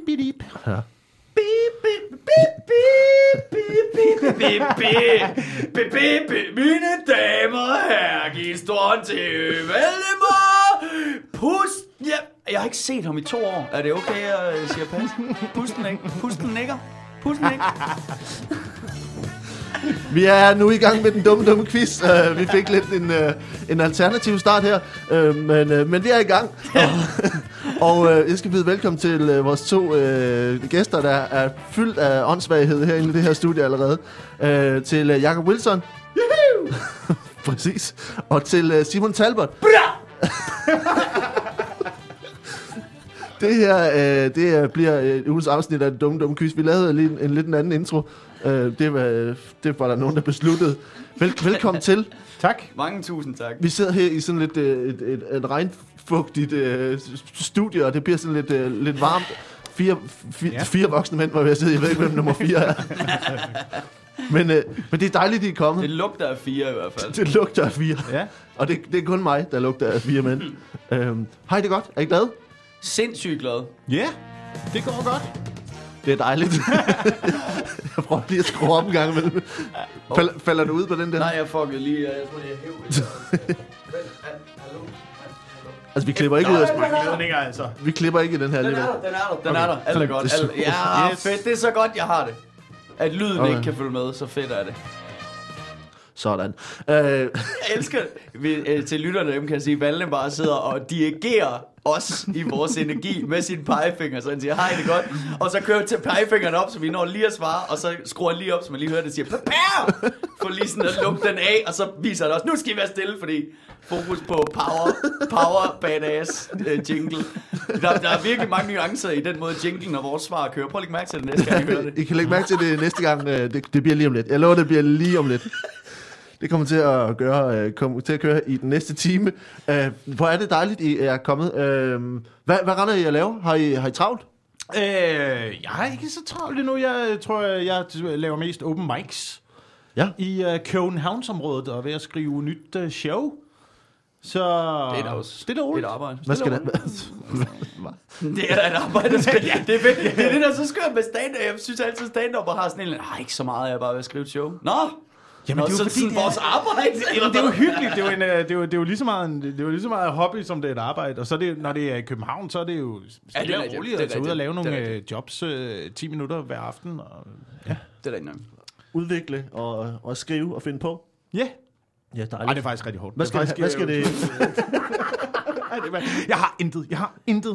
bip. Ja. Mine damer og herrer, giv en stor hånd til Valdemar. Pust. Ja. Jeg har ikke set ham i 2 år. Er det okay, jeg siger pas? Pusten nikker. Vi er nu i gang med den dumme quiz. Vi fik lidt en alternativ start her, men vi er i gang. Og jeg skal byde velkommen til vores 2 gæster, der er fyldt af åndssvaghed herinde i det her studie allerede. Til Jacob Wilson. Præcis. Og til Simon Talbot. Det her bliver ugens afsnit af den dumme quiz. Vi lavede lige en lidt anden intro. Det var der nogen, der besluttede. Velkommen til. Tak. Mange tusind tak. Vi sidder her i sådan lidt et regnfugtigt studie, og det bliver sådan lidt varmt. 4 voksne mænd var ved at sidde. Jeg ved ikke, hvem nummer 4 er. Men det er dejligt, de er kommet. Det lugter af 4 i hvert fald. Det lugter af 4. Ja. Og det er kun mig, der lugter af 4 mænd. Hej, det er godt. Er I glade? Sindssygt glad. Ja, det går godt. Det er dejligt. Jeg prøver lige at skrue op en gang imellem. Falder du ud på den der? Nej, jeg fuckede lige. Jeg tror, jeg hæver. Altså, vi klipper ikke ud af Ledninger, altså. Vi klipper ikke i den her alligevel. Den er der. Alt er godt. Ja, Yes. fedt. Det er så godt, jeg har det. At lyden ikke kan følge med, så fedt er det. Sådan. Jeg elsker til lytterne, dem kan jeg sige, at Valdemar sidder og dirigerer os i vores energi med sine pegefinger, så han siger, hej, det er godt, og så kører til pegefingeren op, så vi når lige at svare, og så skruer han lige op, så man lige hører det, og siger, prepare! For lige sådan at lukke den af, og så viser han også, nu skal I være stille, fordi fokus på power badass jingle. Der er virkelig mange nuancer i den måde jinglen og vores svar kører. Prøv at lægge mærke til det næste gang, I hører det. I kan lægge mærke til det næste gang. Det bliver lige om lidt. Jeg lover, det bliver lige om lidt. Det kommer til at køre i den næste time. Hvor er det dejligt, I er kommet. Hvad render I at lave? Har I travlt? Jeg har ikke så travlt endnu. Jeg tror, jeg laver mest open mics i Københavnsområdet og er ved at skrive nyt show. Så det er da også et arbejde. Hvad skal det? Det er da et arbejde. Det er det, der er så skørt med stand-up. Jeg synes altid, stand-up har sådan en... ikke så meget, jeg bare ved at skrive et show. Nå! Jamen, det er jo fordi vores arbejde. Jamen, det er jo hyggeligt. Det er jo lige så meget hopby, som det er et arbejde. Og så er det, når det er i København, så er det jo stille og roligt at tage ud og lave nogle jobs 10 minutter hver aften. Og, ja, det er rigtigt. Udvikle og skrive og finde på. Ja. Ja, dejligt. Ej, det er faktisk rigtig hårdt. Hvad skal det? Jeg har intet.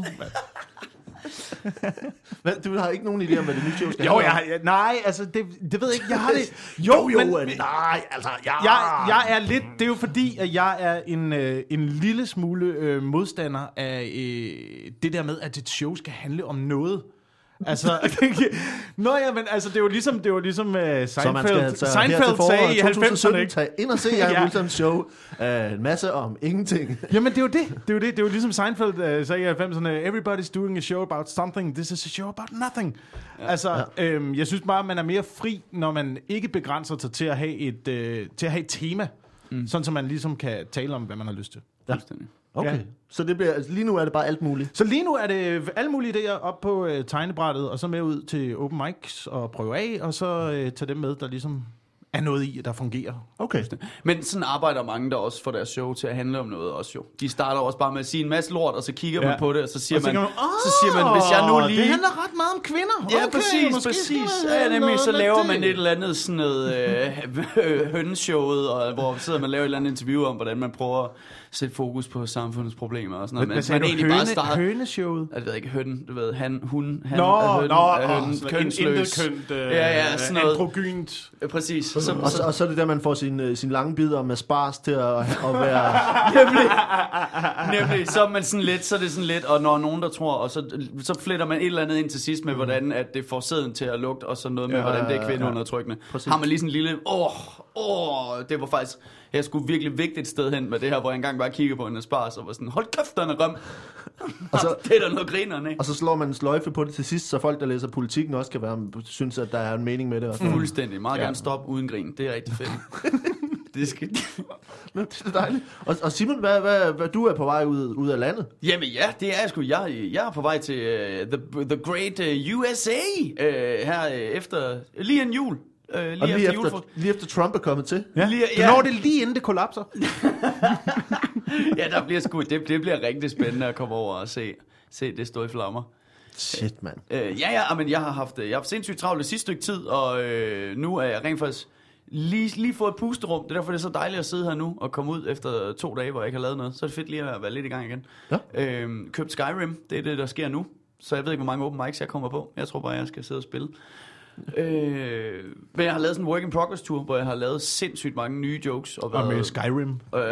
Du har ikke nogen idé om, hvad det nye show skal jo, nej, altså, det ved jeg ikke. Jeg har det... Nej, altså, jeg er lidt... Det er jo fordi, at jeg er en lille smule modstander af det der med, at et show skal handle om noget. Altså, det er jo ligesom Seinfeld sagde i 90'erne, ikke? Tag ind og se Jacob Wilsons show. En masse om ingenting. Jamen, det er jo det. Det er jo ligesom Seinfeld sagde i 90'erne, everybody's doing a show about something, this is a show about nothing. Ja. Altså, jeg synes bare, man er mere fri, når man ikke begrænser sig til at have et tema, sådan så man ligesom kan tale om, hvad man har lyst til. Ja. Okay, ja. Så det bliver, altså, lige nu er det bare alt muligt. Så lige nu er det alle mulige idéer op på tegnebrættet, og så med ud til open mics og prøve af, og så tage dem med, der ligesom er noget i, der fungerer. Okay. Men sådan arbejder mange, der også får deres show til at handle om noget også jo. De starter også bare med at sige en masse lort, og så kigger man på det, og så siger man, hvis jeg nu lige... Det handler ret meget om kvinder. Ja, okay, præcis. Ja, nemlig, så laver man et eller andet sådan noget hønshowet, og hvor sidder man og laver et eller andet interview om, hvordan man prøver at sætte fokus på samfundets problemer og sådan noget. Hvad sagde du? Høneshowet? Jeg ved ikke, høn, du ved, han, hun, han, høn, kønsløs. Sådan noget. Androgynt. Præcis. Og så er det der, man får sin lange bidder med spars til at være... Nemlig, så er man sådan lidt, så er det sådan lidt, og når nogen der tror, og så fletter man et eller andet ind til sidst med, hvordan at det får sæden til at lugte, og så noget med, hvordan det er kvindeundertrykkende. Har man lige sådan en lille, det var faktisk, jeg skulle virkelig vigtigt et sted hen med det her, hvor jeg engang bare kiggede på en spars, og var sådan, hold kæft, den er røm. Og så, det er der noget grinerne, ikke? Og så slår man en sløjfe på det til sidst, så folk, der læser Politikken, også kan synes, at der er en mening med det. Fuldstændig. Meget gerne stop uden grin. Det er rigtig fedt. Det skal... Nå, det er dejligt. Og Simon, hvad du er på vej ud af landet? Jamen ja, det er jeg sgu. Jeg er på vej til the great USA her efter lige en jul. Lige efter Trump er kommet til. Ja. Du når det lige inden det kollapser. Ja, det bliver rigtig spændende at komme over og se det stå i flammer. Shit, mand. Men jeg har haft sindssygt travlt det sidste stykke tid, og nu er jeg rent faktisk lige fået et pusterum. Det er derfor, det er så dejligt at sidde her nu og komme ud efter 2 dage, hvor jeg ikke har lavet noget. Så er det fedt lige at være lidt i gang igen. Ja. Købt Skyrim, det er det, der sker nu. Så jeg ved ikke, hvor mange open mics jeg kommer på. Jeg tror bare, jeg skal sidde og spille. Men jeg har lavet sådan en work in progress tour, hvor jeg har lavet sindssygt mange nye jokes. Og med Skyrim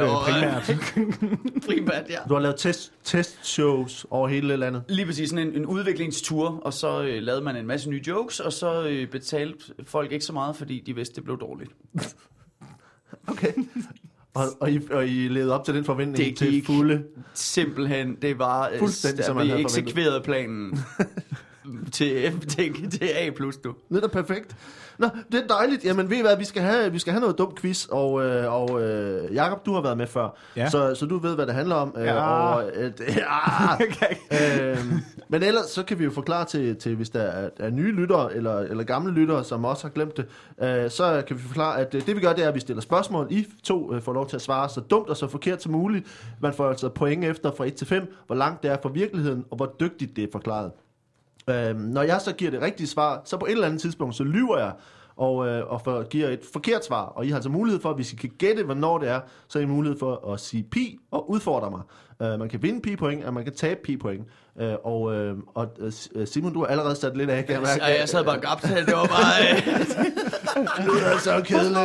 primært, ja. Du har lavet testshows over hele landet. Lige præcis, sådan en udviklingstur, og så lavede man en masse nye jokes, og så betalte folk ikke så meget, fordi de vidste, det blev dårligt. Okay. Og I levede op til den forventning til fulde? Simpelthen, det var vi eksekverede planen. til A+, du. Det er perfekt. Nå, det er dejligt. Jamen, ved I hvad, vi skal have noget dumt quiz, og Jakob, du har været med før, ja. så du ved, hvad det handler om. Men ellers, så kan vi jo forklare til hvis der er nye lyttere, eller gamle lyttere, som også har glemt det, så kan vi forklare, at det vi gør, det er, at vi stiller spørgsmål. I to får lov til at svare så dumt og så forkert som muligt. Man får altså point efter fra 1 til 5, hvor langt det er fra virkeligheden, og hvor dygtigt det er forklaret. Når jeg så giver det rigtige svar, så på et eller andet tidspunkt, så lyver jeg og giver et forkert svar. Og I har altså mulighed for, at hvis I kan gætte, hvornår det er, så har I mulighed for at sige pi og udfordre mig. Man kan vinde pi-point, og man kan tabe pi-point. Simon, du har allerede sat lidt af, kan jeg mærke. Jeg sad bare gabt, det var bare... Det er så kedeligt.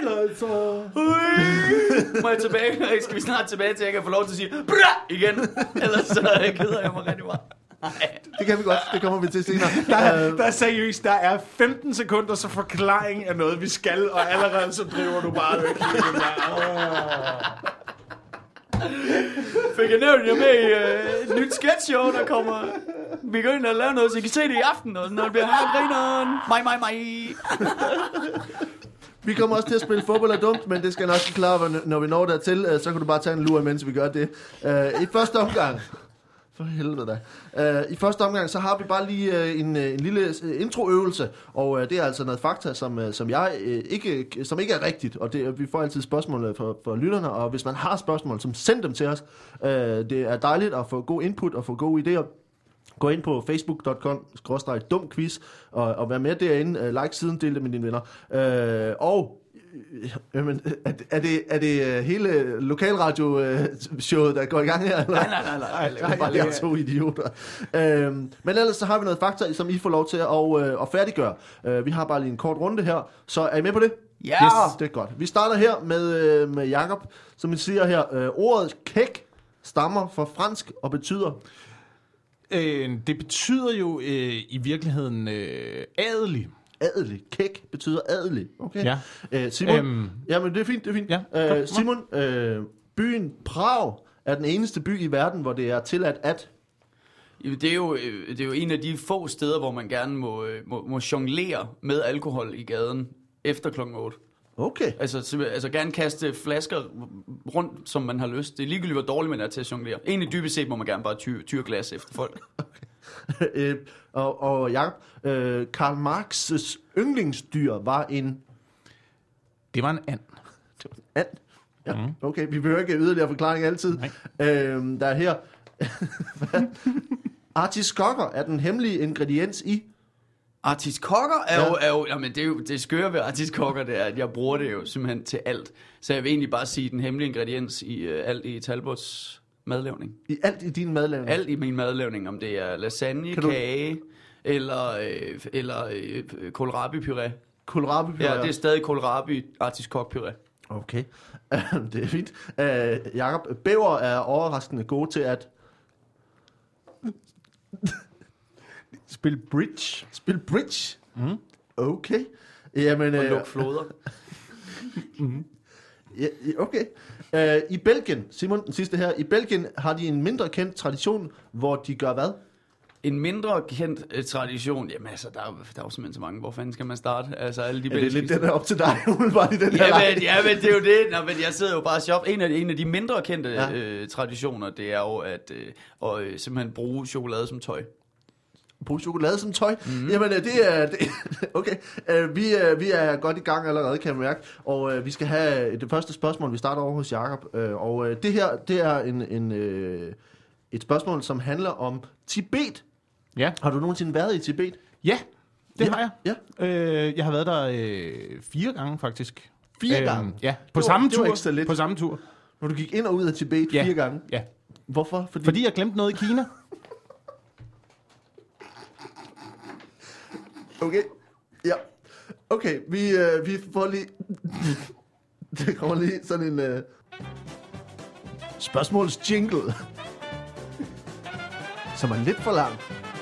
Må jeg tilbage? Skal vi snart tilbage til, at jeg kan få lov til at sige bra igen? Ellers så keder jeg mig rigtig meget. Det kan vi godt, det kommer vi til senere. Der er seriøst, der er 15 sekunder så forklaring af noget, vi skal, og allerede så driver du bare væk. Fik jeg nævnt jer med i et nyt sketchshow, der kommer. Vi går ind og lave noget, så I kan se det i aften, og når det bliver her grineren. Mig. Vi kommer også til at spille fodbold er dumt, men det skal nok ikke klare, når vi når dertil. Så kan du bare tage en lur, mens vi gør det. I første omgang... For helvede da. I første omgang, så har vi bare lige en lille introøvelse, og det er altså noget fakta, som ikke er rigtigt, og vi får altid spørgsmål for lytterne, og hvis man har spørgsmål, så send dem til os. Det er dejligt at få god input og få gode idéer. Gå ind på facebook.com/dumquiz og vær med derinde. Like siden, del det med dine venner. Jamen, er det hele lokalradio-showet, der går i gang her? Eller? Nej, det er 2 idioter. Men ellers så har vi noget fakta, som I får lov til at færdiggøre. Vi har bare lige en kort runde her, så er I med på det? Ja! Yes, det er godt. Vi starter her med Jakob, som I siger her. Ordet kæk stammer fra fransk og betyder... Det betyder jo i virkeligheden adelig. Adelig. Kæk betyder adelig. Okay. Ja. Simon. Jamen, det er fint. Ja, Simon, byen Prag er den eneste by i verden, hvor det er tilladt at... Det er jo en af de få steder, hvor man gerne må jonglere med alkohol i gaden efter klokken 8. Okay. Altså gerne kaste flasker rundt, som man har lyst. Det er ligegyldigt, hvor dårligt man er til at jonglere. Egentlig dybest set må man gerne bare tyre glas efter folk. Okay. Og Jacob, Karl Marx' yndlingsdyr var en... Det var en and. Det var en and? Ja, okay. Vi behøver ikke yderligere forklaring altid. Der er her... Artiskokker er den hemmelige ingrediens i... Artiskokker er jo jamen det skøre ved artiskokker, det er, at jeg bruger det jo simpelthen til alt. Så jeg vil egentlig bare sige den hemmelige ingrediens i alt i Talbots madlavning. I alt i din madlavning? Alt i min madlavning, om det er lasagne, kage eller kohlrabi-puré. Kohlrabi-puré? Ja, det er stadig kohlrabi-artiskok-puré. Okay, det er fint. Jakob, bæver er overraskende gode til at... Spil bridge. Spil bridge? Okay. Jamen, og luk floder. Ja, okay. I Belgien, Simon, den sidste her. I Belgien har de en mindre kendt tradition, hvor de gør hvad? En mindre kendt tradition, jamen altså, der er jo simpelthen så mange. Hvor fanden skal man starte? Altså, alle de det er lidt den der op til dig, umiddelbart i den her men det er jo det. Nå, men jeg sidder jo bare og shop. En af de mindre kendte traditioner, det er jo at simpelthen bruge chokolade som tøj. Bruge chokolade som tøj? Mm-hmm. Jamen, det er... Okay, vi er godt i gang allerede, kan jeg mærke. Og vi skal have det første spørgsmål. Vi starter over hos Jakob. Og det her, det er et spørgsmål, som handler om Tibet. Ja. Har du nogensinde været i Tibet? Ja, det har jeg. Ja. Jeg har været der 4 gange, faktisk. 4 gange? Ja, på samme tur. Ekstra lidt. På samme tur. Når du gik ind og ud af Tibet 4 gange? Ja. Hvorfor? Fordi jeg glemte noget i Kina. Okay, ja. Okay, vi får lige... Det kommer lige sådan en... spørgsmålsjingle, som er lidt for lang.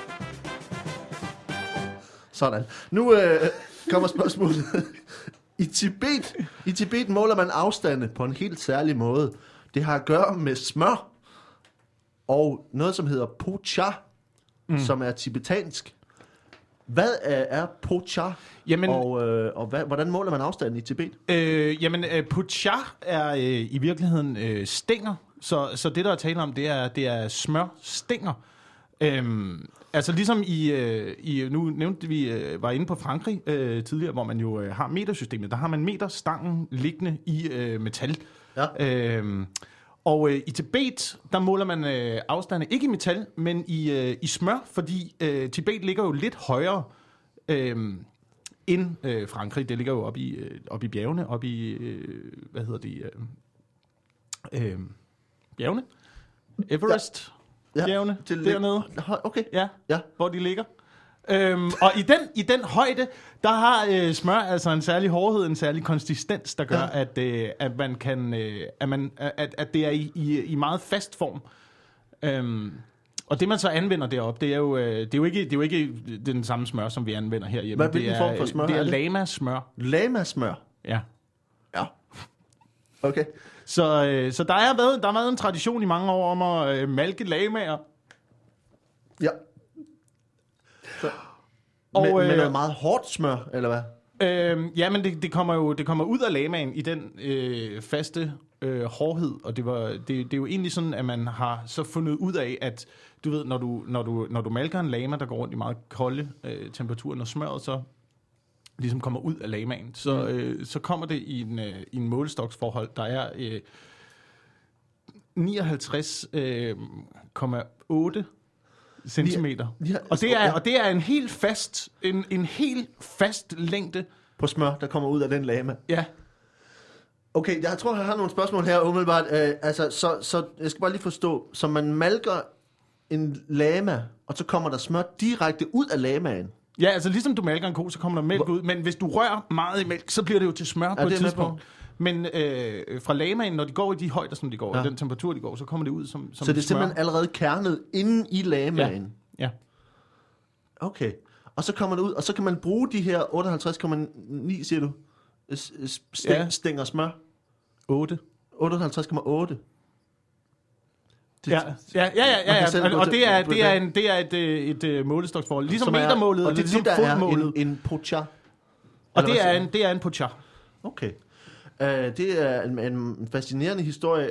Sådan. Nu kommer spørgsmålet. I Tibet måler man afstande på en helt særlig måde. Det har at gøre med smør og noget, som hedder pocha, som er tibetansk. Hvad er pocha, hvordan måler man afstanden i Tibet? Pocha er i virkeligheden stænger, så det, der er tale om, det er smørstænger. Altså ligesom nu nævnte vi, var inde på Frankrig tidligere, hvor man jo har metersystemet. Der har man meterstangen liggende i metal. Ja. Og i Tibet, der måler man afstande, ikke i metal, men i smør, fordi Tibet ligger jo lidt højere end Frankrig. Det ligger jo op i bjergene, op i, bjergene? Everest? Ja. Bjergene, dernede. Okay. Ja, hvor de ligger. Og i den højde, der har smør altså en særlig hårdhed, en særlig konsistens, der gør, at man kan, at det er i meget fast form. Og det man så anvender deroppe, det er jo ikke den samme smør, som vi anvender herhjemme. Hvilken form for smør det er lama-smør. Lama-smør? Ja. Ja. Okay. Så der har været en tradition i mange år om at malke lamaer. Ja. Så, med noget meget hårdt smør, eller hvad? Ja, men det kommer ud af lamaen i den faste hårdhed, og det er jo egentlig sådan, at man har så fundet ud af, at du ved, når du malker en lama, der går rundt i meget kolde temperaturer, når smøret så ligesom kommer ud af lamaen, så kommer det i en målestoksforhold, der er 59,8 centimeter. Og det er en helt fast længde på smør, der kommer ud af den lama. Ja. Okay, jeg tror, jeg har nogle spørgsmål her umiddelbart. Så jeg skal bare lige forstå, så man malker en lama, og så kommer der smør direkte ud af lamaen. Ja, altså ligesom du malker en ko, så kommer der mælk ud, men hvis du rører meget i mælk, så bliver det jo til smør på et tidspunkt. Men fra lamaen, når de går i de højder, som de går, den temperatur, de går, så kommer det ud som så det er smør. Simpelthen allerede kernet inde i lamaen? Ja. Okay. Og så kommer det ud, og så kan man bruge de her 58,9, siger du, stænger smør? 8. 58,8. Ja. Og det er et målestoksforhold. Ligesom metermålet, og det ligesom der fodmålet. Er en pocha. Og det er en pocha. Okay. Det er en fascinerende historie.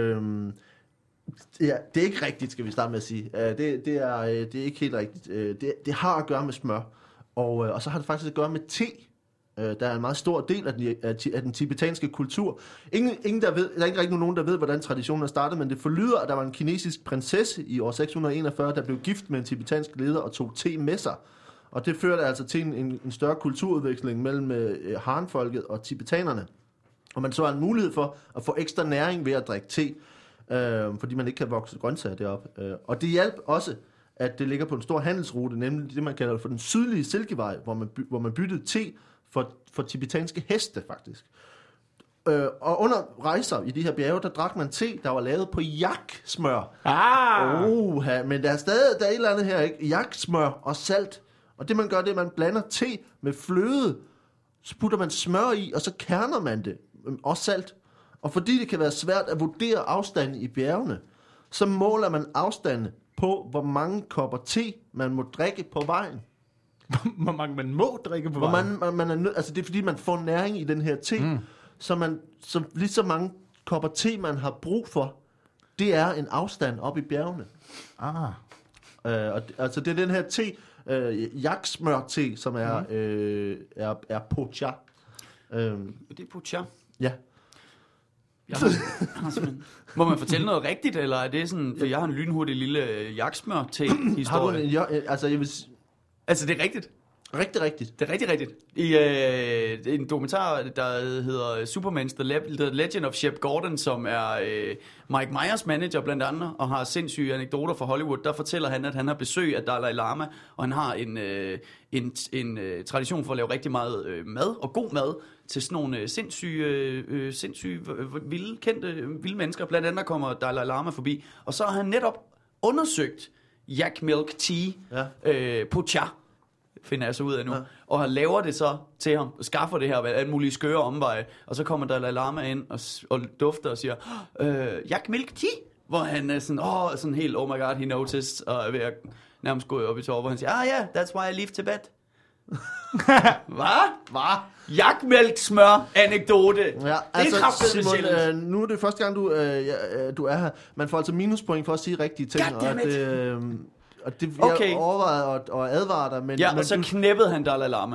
Det er ikke rigtigt, skal vi starte med at sige. Det er ikke helt rigtigt. Det har at gøre med smør. Og så har det faktisk at gøre med te. Der er en meget stor del af den tibetanske kultur. Der er ikke rigtig nogen, der ved, hvordan traditionen er startet, men det forlyder, at der var en kinesisk prinsesse i år 641, der blev gift med en tibetansk leder og tog te med sig. Og det førte altså til en større kulturudveksling mellem hanfolket og tibetanerne. Og man så en mulighed for at få ekstra næring ved at drikke te, fordi man ikke kan vokse grøntsager deroppe. Og det hjalp også, at det ligger på en stor handelsrute, nemlig det, man kalder for den sydlige Silkevej, hvor man byttede te for tibetanske heste, faktisk. Og under rejser i de her bjerge, der drak man te, der var lavet på jaksmør. Men der er et eller andet her, ikke? Jaksmør og salt. Og det man gør, det er, at man blander te med fløde, så putter man smør i, og så kerner man det, og salt. Og fordi det kan være svært at vurdere afstanden i bjergene, så måler man afstanden på, hvor mange kopper te man må drikke på vejen. Hvor mange man må drikke på vejen. Man er altså det er fordi, man får næring i den her te, så lige så mange kopper te, man har brug for, det er en afstand op i bjergene. Altså det er den her te, jaksmør-te, som er pocha. Det er pocha. Ja. Må man fortælle noget rigtigt, eller er det sådan, for jeg har en lynhurtig lille jaksmør-te-historie. Har du altså jeg vil altså det er rigtigt. Rigtigt. Det er rigtigt. I en dokumentar, der hedder Superman's The Legend of Shep Gordon, som er Mike Myers manager blandt andet, og har sindssyge anekdoter fra Hollywood, der fortæller han, at han har besøg af Dalai Lama, og han har en tradition for at lave rigtig meget mad, og god mad, til sådan nogle sindssyge vilde mennesker. Blandt andet kommer Dalai Lama forbi, og så har han netop undersøgt yak milk tea, pocha, finder jeg så ud af nu, og han laver det så til ham, og skaffer det her ved alle mulige skøre omveje, og så kommer Dalai Lama ind og dufter og siger, yak milk tea, hvor han er sådan, sådan helt, oh my god, he noticed, og er ved at nærmest gå op i tår, hvor han siger, that's why I leave Tibet. Hvad? Jakmælk smør anekdote. Ja, det er kraftigt Simon, nu er det første gang du er her. Man får altså minuspoint for at sige rigtige ting. Og det jeg overvejede at advare dig, men og så knæppede han Dalai Lama.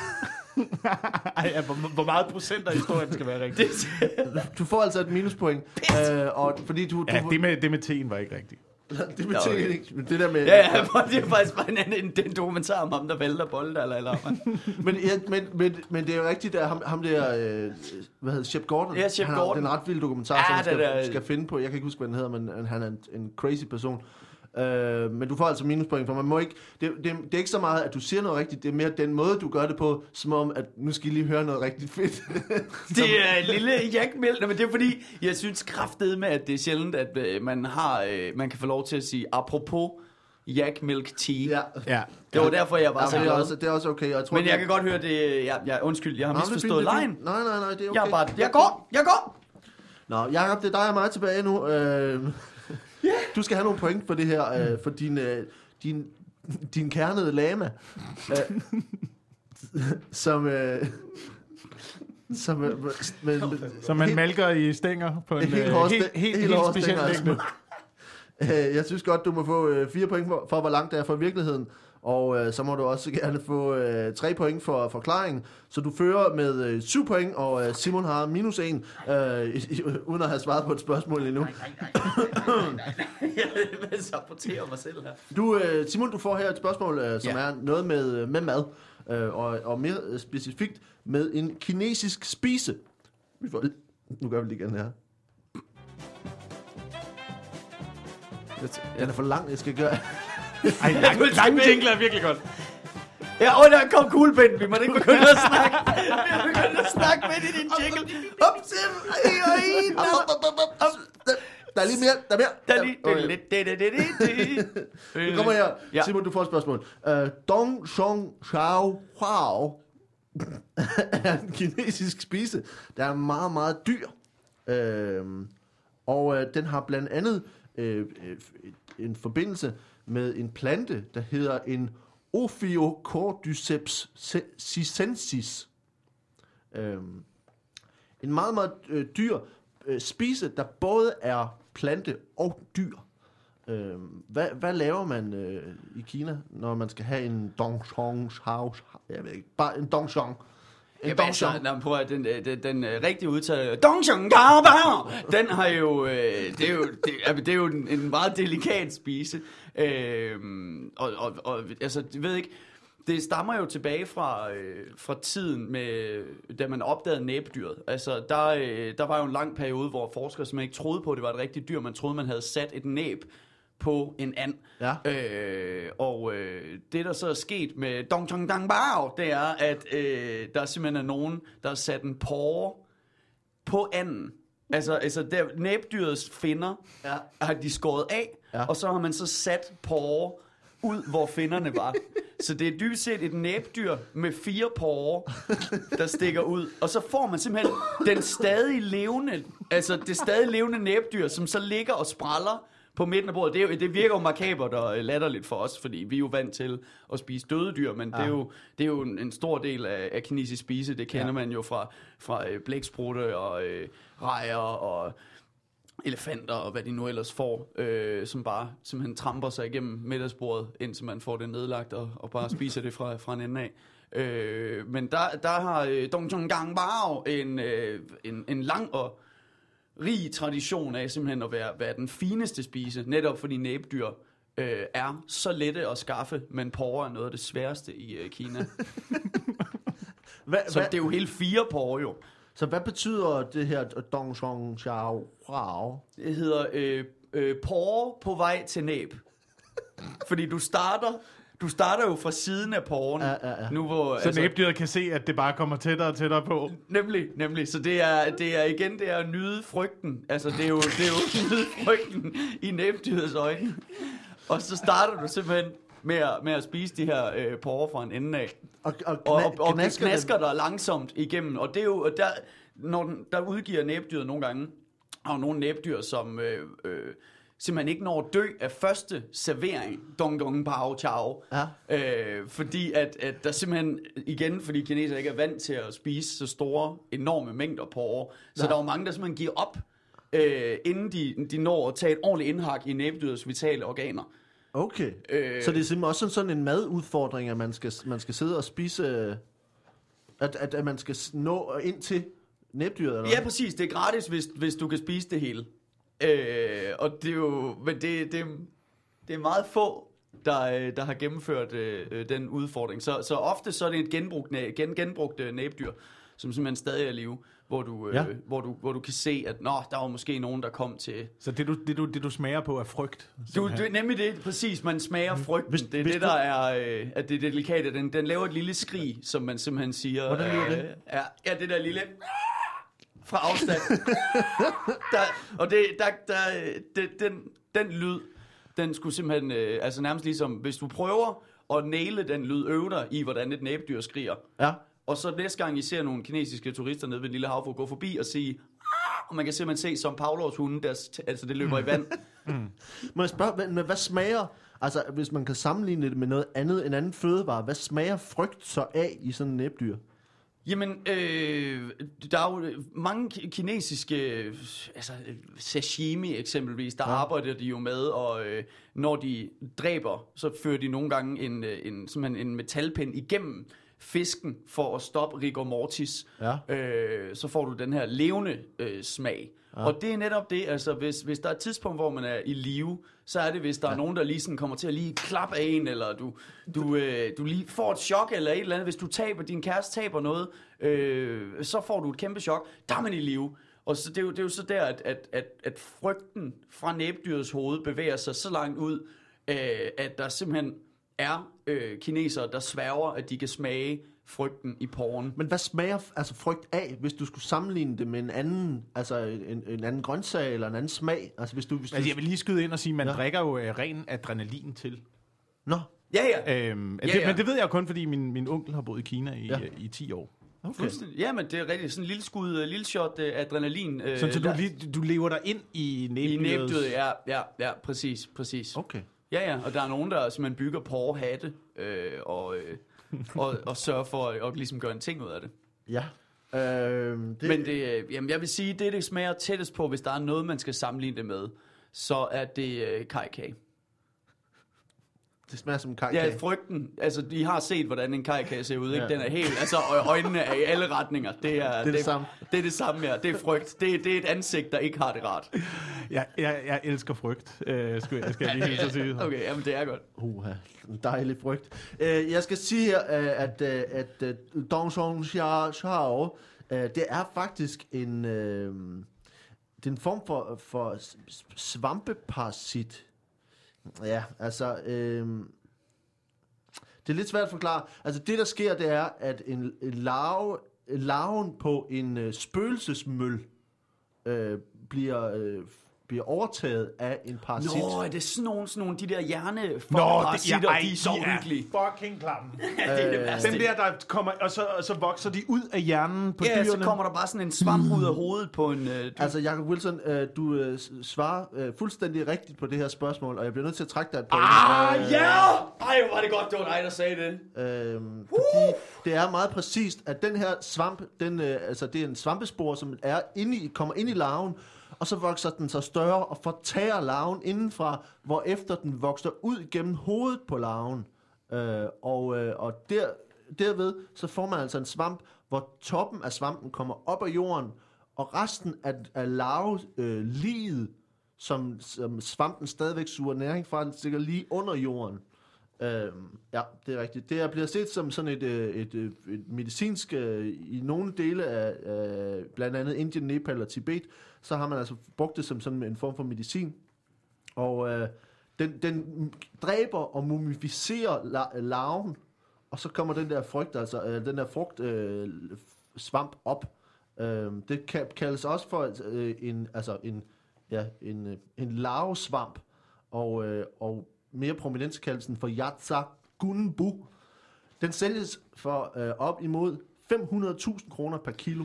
Hvor meget procent af historien skal være rigtig? Du får altså et minuspoint. Og fordi det med teen var ikke rigtigt. Det betyder ikke. Det der med... Ja, det er faktisk bare en dokumentar om ham, der vælter bolde eller men det er jo rigtigt, at ham der... hvad hedder Shep Gordon? Ja, Shep Gordon. Den ret vilde dokumentar, som man skal finde på. Jeg kan ikke huske, hvad den hedder, men han er en crazy person. Men du får altså minuspoint, for man må ikke... Det er ikke så meget, at du siger noget rigtigt. Det er mere den måde, du gør det på, som om, at nu skal I lige høre noget rigtig fedt. Det er en lille jakmælk, men det er fordi, jeg synes kraftedeme, at det er sjældent, at man kan få lov til at sige apropos jakmælk tea. Ja. Det var derfor, jeg var så glad. Det er også okay. Men jeg kan godt høre det... Undskyld, jeg har misforstået lejen. Nej, det er okay. Jeg går! Nå, Jacob, det er dig og mig tilbage nu. Du skal have nogle point for det her, for din kernede lama, som man malker i stænger på en helt speciel længde. Jeg synes godt, du må få 4 point for, hvor langt det er fra virkeligheden. Og så må du også gerne få 3 point for forklaringen. Så du fører med 7 point, og Simon har minus 1, uden at have svaret på et spørgsmål endnu. Nej. Jeg vil sabotere mig selv her. Simon, du får her et spørgsmål, som er noget med mad. Og mere specifikt med en kinesisk spise. Nu gør vi det igen her. Den er for lang, jeg skal gøre... Lange jingler er virkelig godt. Ja, der kom kuglepinden. Vi må ikke begynde at snakke. Vi begynder at snakke med i din jingle. Op til... Der er lige mere. Nu kommer her. Simon, du får et spørgsmål. Dong Shong Xiao Huao er en kinesisk spise, der er meget, meget dyr. Og den har blandt andet en forbindelse med en plante, der hedder en Ophiocordyceps sicensis. En meget, meget dyr spise, der både er plante og dyr. Hvad laver man i Kina, når man skal have en dongshong house? Jeg ved ikke, bare en dongshong. Den rigtige udtale dongshong gao, den har jo det er jo en meget delikat spise. Og altså jeg ved ikke, det stammer jo tilbage fra tiden med da man opdagede næbdyret. Altså der var jo en lang periode, hvor forskere simpelthen ikke troede på, at det var et rigtigt dyr. Man troede, man havde sat et næb på en and. Ja. Det der så er sket med Dong Chong Dang Bao, det er at der simpelthen er nogen, der har sat en porre på anden. Altså der næbdyrets finner har de skåret af, og så har man så sat porre ud, hvor finnerne var. Så det er dybest set et næbdyr med 4 porre, der stikker ud. Og så får man simpelthen det stadig levende næbdyr, som så ligger og spræller på midten af bordet. Det virker jo makabert og latterligt for os, fordi vi er jo vant til at spise døde dyr, men det er jo en stor del af kinesisk spise. Det kender man jo fra blæksprutte og rejer og elefanter og hvad de nu ellers får, som bare simpelthen tramper sig igennem middagsbordet, indtil man får det nedlagt og bare spiser det fra en ende af. Men der har Dong Zhonggang Bao en lang og rig tradition af simpelthen at være den fineste spise, netop fordi næbdyr er så lette at skaffe, men porre er noget af det sværeste i Kina. Så det er jo helt 4 porre jo. Så hvad betyder det her Dong Zhong Xiao Rao? Det hedder porre på vej til næb. Fordi du starter jo fra siden af porren. Ja. Nu, hvor, så næbdyret kan se, at det bare kommer tættere og tættere på. Nemlig. Så det er igen, det er at nyde frygten. Altså, det er jo at nyde frygten i næbdyrets øjne. Og så starter du simpelthen med at spise de her porrer fra en ende af. Og knasker der langsomt igennem. Og det er jo, der udgiver næbdyret nogle gange, og nogle næbdyr, som simpelthen ikke når at dø af første servering, dong dong bao chao. Ja. Fordi at der simpelthen, igen, fordi kinesere ikke er vant til at spise så store, enorme mængder porrer, så der er jo mange, der simpelthen giver op, inden de når at tage et ordentligt indhak i næbdyrets vitale organer. Okay, så det er simpelthen også sådan en madudfordring, at man skal sidde og spise, at man skal nå ind til næbdyret? Eller? Ja, præcis. Det er gratis, hvis du kan spise det hele. Og det er jo, men det er meget få, der har gennemført den udfordring. Så ofte så er det et genbrugt næbdyr, som simpelthen stadig er i live, hvor du kan se, at der var måske nogen, der kom til. Så det du smager på er frygt? Det er nemlig det, præcis. Man smager frygten. Det er det, der er at det delikate. Den laver et lille skrig, som man simpelthen siger. Hvordan lyder det? Ja, det der lille fra afstand. Den lyd, den skulle simpelthen, altså nærmest ligesom, hvis du prøver at næle den lyd, øve dig i, hvordan et næbdyr skriger. Ja. Og så næste gang I ser nogle kinesiske turister nede ved en lille havfrue gå forbi og sige, og man kan simpelthen se som Pavlovs hunde, altså det løber i vand. Må jeg spørge, men hvad smager, altså hvis man kan sammenligne det med noget andet, en anden fødevare, hvad smager frygt så af i sådan en næbdyr? Jamen, der er jo mange kinesiske, altså sashimi eksempelvis, der arbejder de jo med, og når de dræber, så fører de nogle gange simpelthen en metalpind igennem fisken for at stoppe rigor mortis. Ja. Så får du den her levende smag. Ja. Og det er netop det, altså hvis der er et tidspunkt, hvor man er i live, så er det, hvis der er nogen, der lige sådan kommer til at lige klappe af en, eller du lige får et chok, eller et eller andet. Hvis din kæreste taber noget, så får du et kæmpe chok. Der er man i live. Og så det er jo så der, at frygten fra næbdyrets hoved bevæger sig så langt ud, at der simpelthen er kinesere, der sværger, at de kan smage frygten i porren. Men hvad smager altså frygt af, hvis du skulle sammenligne det med en anden, altså en anden grøntsag eller en anden smag? Altså hvis du jeg vil lige skyde ind og sige, man drikker jo ren adrenalin til. Nå. Ja. Men det ved jeg kun, fordi min onkel har boet i Kina i 10 år. Okay. Ja, men det er rigtigt. Sådan en lille shot adrenalin. Så du lever dig ind i næbdyret? I næbdyret, ja, præcis. Okay. Ja, og der er nogen, der simpelthen bygger porrehatte og sørger for at ligesom gøre en ting ud af det. Ja. Men jamen, jeg vil sige, det smager tættest på, hvis der er noget, man skal sammenligne det med, så er det kajkage. Det smager som kajkage. Ja, frygten. Altså, I har set, hvordan en kajkage ser ud, ikke? Ja. Den er helt, altså øjnene er i alle retninger. Det er det samme. Det er det samme, ja. Det er frygt. Det er et ansigt, der ikke har det rart. Jeg elsker frygt, skal jeg lige helt så sige. Okay, jamen det er godt. En dejlig frygt. Jeg skal sige her, at Dong Zhong Xiao, det er faktisk det er en form for svampeparasit. Ja, altså, det er lidt svært at forklare. Altså, det der sker, det er, at en larven på en spøgelsesmøl bliver bliver overtaget af en parasit. Nå, er det sådan nogle de der hjerneparasitter, de er så uhyggelige. Fucking klamme. Ja, det er det værste. Den der kommer, og så vokser de ud af hjernen på dyrene. Ja, så kommer der bare sådan en svamp ud af hovedet på en dyr. Altså, Jacob Wilson, du svarer fuldstændig rigtigt på det her spørgsmål, og jeg bliver nødt til at trække dig et point. Ej, hvor var det godt, det var dig, der sagde det. Fordi det er meget præcist, at den her svamp, altså det er en svampespor, som kommer ind i larven, og så vokser den så større og fortærer larven indenfra, hvorefter den vokser ud gennem hovedet på larven. Derved så får man altså en svamp, hvor toppen af svampen kommer op af jorden, og resten af larveliget, som svampen stadigvæk suger næring fra, den stikker lige under jorden. Ja, det er rigtigt. Det bliver set som sådan et medicinsk, i nogle dele af blandt andet Indien, Nepal og Tibet, så har man altså brugt det som sådan en form for medicin. Og den dræber og mumificerer larven, og så kommer den der frugt svamp op. Det kaldes også for en larvesvamp, og mere prominent kaldes den for Yatsa gunbu. Den sælges for op imod 500.000 kroner per kilo.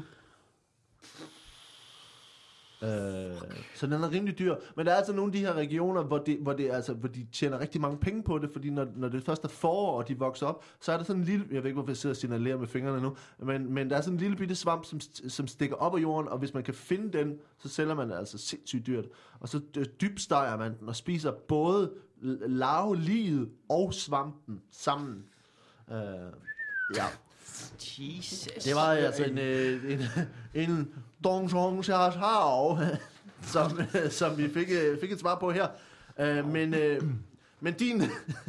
Så den er rimelig dyr. Men der er altså nogle af de her regioner, hvor de tjener rigtig mange penge på det, fordi når det først er forår, og de vokser op, så er der sådan en lille, jeg ved ikke, hvorfor jeg sidder og signalerer med fingrene nu, men der er sådan en lille bitte svamp, som stikker op af jorden, og hvis man kan finde den, så sælger man det altså sindssygt dyrt. Og så dybsteger man den og spiser både larveliget og svampen sammen. Ja. Jesus. Det var altså en Dong Xiao, som vi fik et svar på her. Men din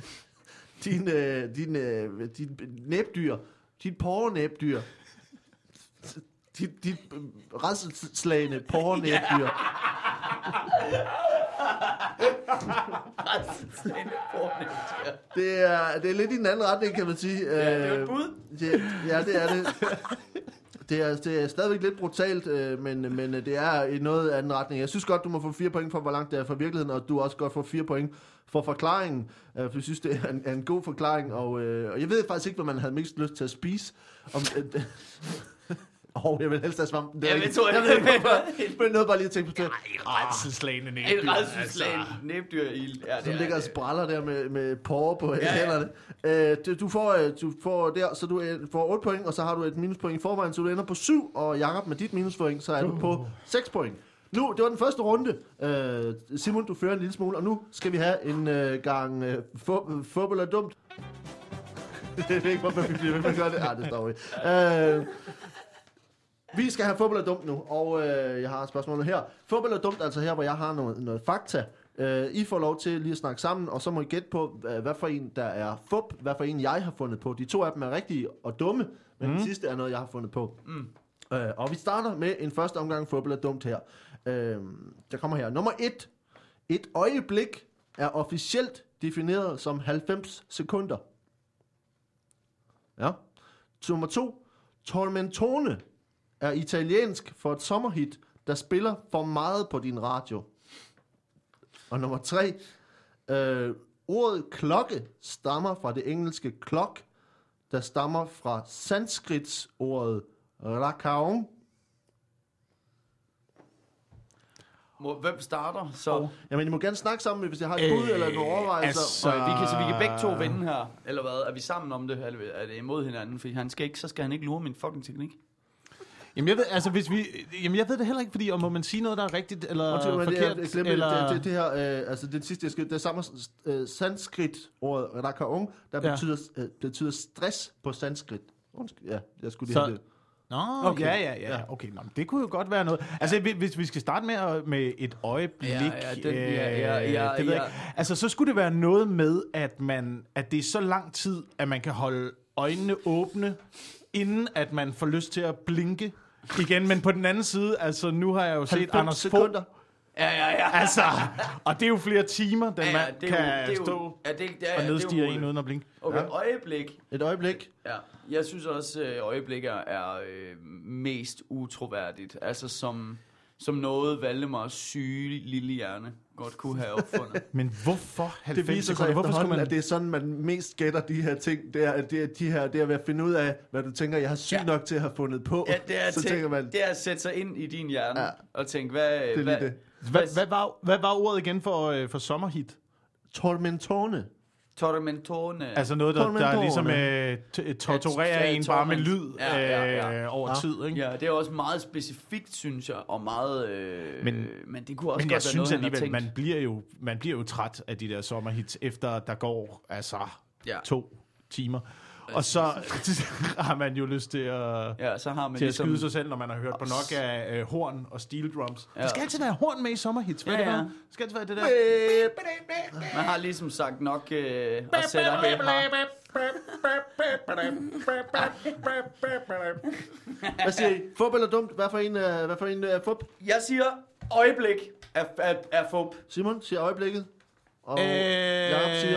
næbdyr, dit porrenæbdyr, dit rædselsslagne porrenæbdyr. Det er lidt i den anden retning, kan man sige. Ja, det er et bud. Ja, det er det. Det er stadigvæk lidt brutalt, men det er i noget anden retning. Jeg synes godt, du må få 4 point for, hvor langt det er fra virkeligheden, og du også godt få 4 point for forklaringen. For jeg synes, det er en god forklaring, og jeg ved faktisk ikke, hvad man havde mest lyst til at spise. Jeg vil helst have svampen. Jeg ved ikke, hvorfor. Men noget bare lige at tænke på det. Rædselsslagende næbdyr. En rædselsslagende næbdyr i... Ja, som ligger og spræller der med porre på hænderne. Du får der, så du får 8 point, og så har du et minuspoint i forvejen, så du ender på 7, og Jacob med dit minuspoint, så er du på 6 point. Nu, det var den første runde. Simon, du fører en lille smule, og nu skal vi have en gang fodbold er dumt. Jeg ved ikke, hvorfor vi bliver ved med at gøre det. Det står vi. Vi skal have fodbold er dumt nu, og jeg har spørgsmålet her. Fodbold er dumt, altså her, hvor jeg har noget fakta. I får lov til lige at snakke sammen, og så må I gætte på, hvad for en, der er fup, hvad for en, jeg har fundet på. De 2 af dem er rigtige og dumme, men den sidste er noget, jeg har fundet på. Og vi starter med en første omgang fodbold er dumt her. Der kommer her. Nummer 1. Et øjeblik er officielt defineret som 90 sekunder. Ja. Nummer 2. Tormentone er italiensk for et sommerhit, der spiller for meget på din radio. Og nummer 3. Ordet klokke stammer fra det engelske clock, der stammer fra sanskrits ordet rakaon. Hvem starter? Så Jamen, I må gerne snakke sammen, hvis jeg har et bud eller nogle overvejelser. Så vi kan begge to vinde her, eller hvad? Er vi sammen om det, eller er det imod hinanden? For så skal han ikke lure min fucking teknik. Jamen jeg ved, altså jeg ved det heller ikke, fordi må man sige noget, der er rigtigt eller forkert? Det her, altså det sidste, det er samme sanskrit ordet rakaon, der betyder stress på sanskrit. Ja, jeg skulle lige have det. Nå, okay. Ja. Okay, nå, det kunne jo godt være noget. Altså, hvis vi skal starte med et øjeblik, det ved jeg ikke. Altså, så skulle det være noget med, at det er så lang tid, at man kan holde øjnene åbne, inden at man får lyst til at blinke igen. Men på den anden side, altså, nu har jeg jo set Anders Fogh. Ja. Altså, og det er jo flere timer, den mand kan stå og nedstige en uden at blinke. Okay, øjeblik. Et øjeblik. Ja, jeg synes også, øjeblik er mest utroværdigt. Altså som noget Valdemars syge lille hjerne godt kunne have opfundet. Men hvorfor 90 Det viser sig sekunder? Hvorfor skulle efterhånden, man... at det er sådan, man mest gætter de her ting. Det er ved at finde ud af, hvad du tænker, jeg har syg nok til at have fundet på. Ja, tænker man, det er at sætte sig ind i din hjerne Ja. og tænke, Hvad var ordet igen for sommerhit? Tormentone. Tormentone. Altså noget, der ligesom torturerer en bare med lyd over tid, ikke? Ja, det er også meget specifikt, synes jeg, og meget... men det kunne også Men godt jeg synes være noget, alligevel, man bliver jo træt af de der sommerhits, efter der går 2 timer. Og så har man jo lyst til at, så har man til ligesom... at skyde sig selv, når man har hørt på nok af horn og steel drums. Der skal altid være horn med i sommerhits. Hvad det skal altid være det der. Man har ligesom sagt nok og sætter her. Hvad siger I? Fup eller dumt? Hvad for en er fup? Jeg siger øjeblik er fup. Simon siger øjeblikket. Og Jacob siger...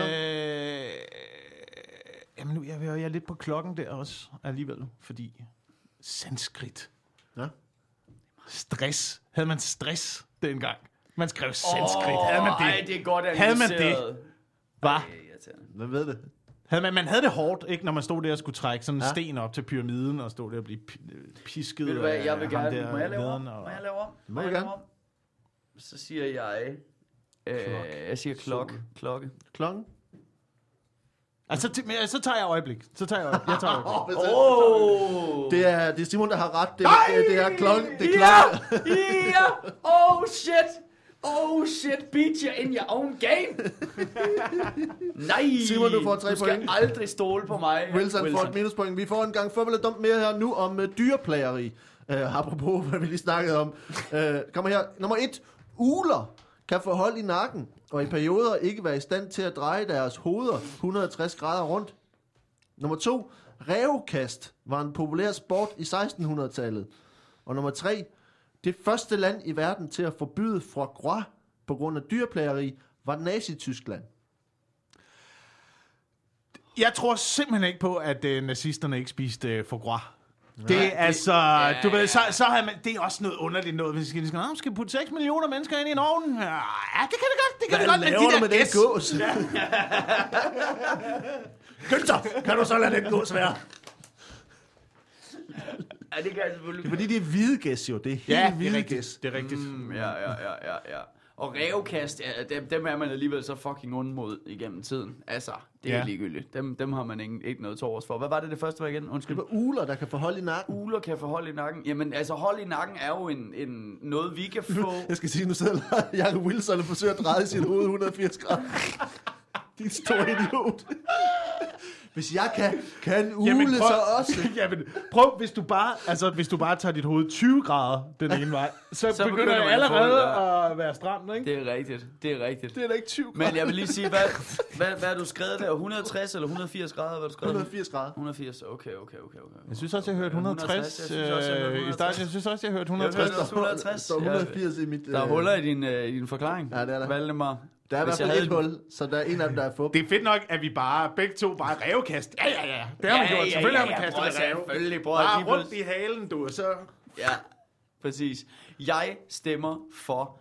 Jamen nu, jeg er lidt på klokken der også alligevel, fordi sanskrit. Ja. Stress. Havde man stress dengang? Man skrev sanskrit. Havde man det? Ej, det er godt havde man det? Hvad? Hvem ved det? Man havde det hårdt, ikke, når man stod der og skulle trække sådan en sten op til pyramiden, og stod der og blive pisket. Ved du hvad, jeg vil gerne... der Må jeg lave om? lederen, Må jeg lave om? Må jeg gerne. Så siger jeg... jeg siger klokke. Klokken? Altså, så tager jeg øjeblik. Jeg tager øjeblik. Det er Simon, der har ret. Det er klokken. Det er klokken. Oh shit, beat you in your own game. Nej, Simon, du får 3 point. Du skal aldrig stole på mig. Wilson får et minuspoint. Vi får en gang fodbold og dumt mere her nu om dyreplageri. Apropos, hvad vi lige snakkede om. Kommer her. Nummer 1. Ugler kan få hold i nakken, og i perioder ikke være i stand til at dreje deres hoveder 160 grader rundt. Nummer 2. Rævekast var en populær sport i 1600-tallet. Og nummer 3. Det første land i verden til at forbyde foie gras på grund af dyrplageri var Nazi-Tyskland. Jeg tror simpelthen ikke på, at nazisterne ikke spiste foie gras. Det er altså, du ved, så har man, det er også noget underligt noget, hvis vi skal putte 6 millioner mennesker ind i en ovn. Ja, det kan det godt. Hvad laver du med den gås? Günther, kan du så lade den gås være? Ja, det kan jeg selvfølgelig. Det er fordi, det er hvide gæs jo. Det er helt hvide gæs. Det er rigtigt. Ja. Og rævekast, dem er man alligevel så fucking ond mod igennem tiden. Altså, det er ligegyldigt. Dem har man ikke noget til overs for. Hvad var det første var igen? Undskyld. Det var ugler, der kan få hold i nakken. Ugler kan få hold i nakken. Jamen, altså hold i nakken er jo en noget, vi kan få... Jeg skal sige, nu sidder Jacob Wilson og forsøger at dreje sit hoved 180 grader. Din store idiot. Hvis jeg kan en ugle så også. Jamen, prøv, hvis du bare tager dit hoved 20 grader den ene vej, så begynder jeg allerede at være stram, ikke? Det er rigtigt. Det er da ikke 20 grader. Men jeg vil lige sige, hvad har du skrevet der? 160 eller 180 grader? Hvad har du skrevet? 180 grader. 180, okay. Jeg synes også, jeg hørte 160 i starten. Jeg synes også, jeg hørte 160. Jeg hørte 160. Der er 180 i mit... Der er huller i din forklaring. Ja, det er der. Valdemar. Der er i hvert fald et hul, så der er en af dem, der er fup. Det er fedt nok, at vi begge to bare rævekast. Ja. Det har man gjort. Selvfølgelig har man kastet med ræve. Selvfølgelig, bror. Bare rundt i halen, du, og så... Ja, præcis. Jeg stemmer for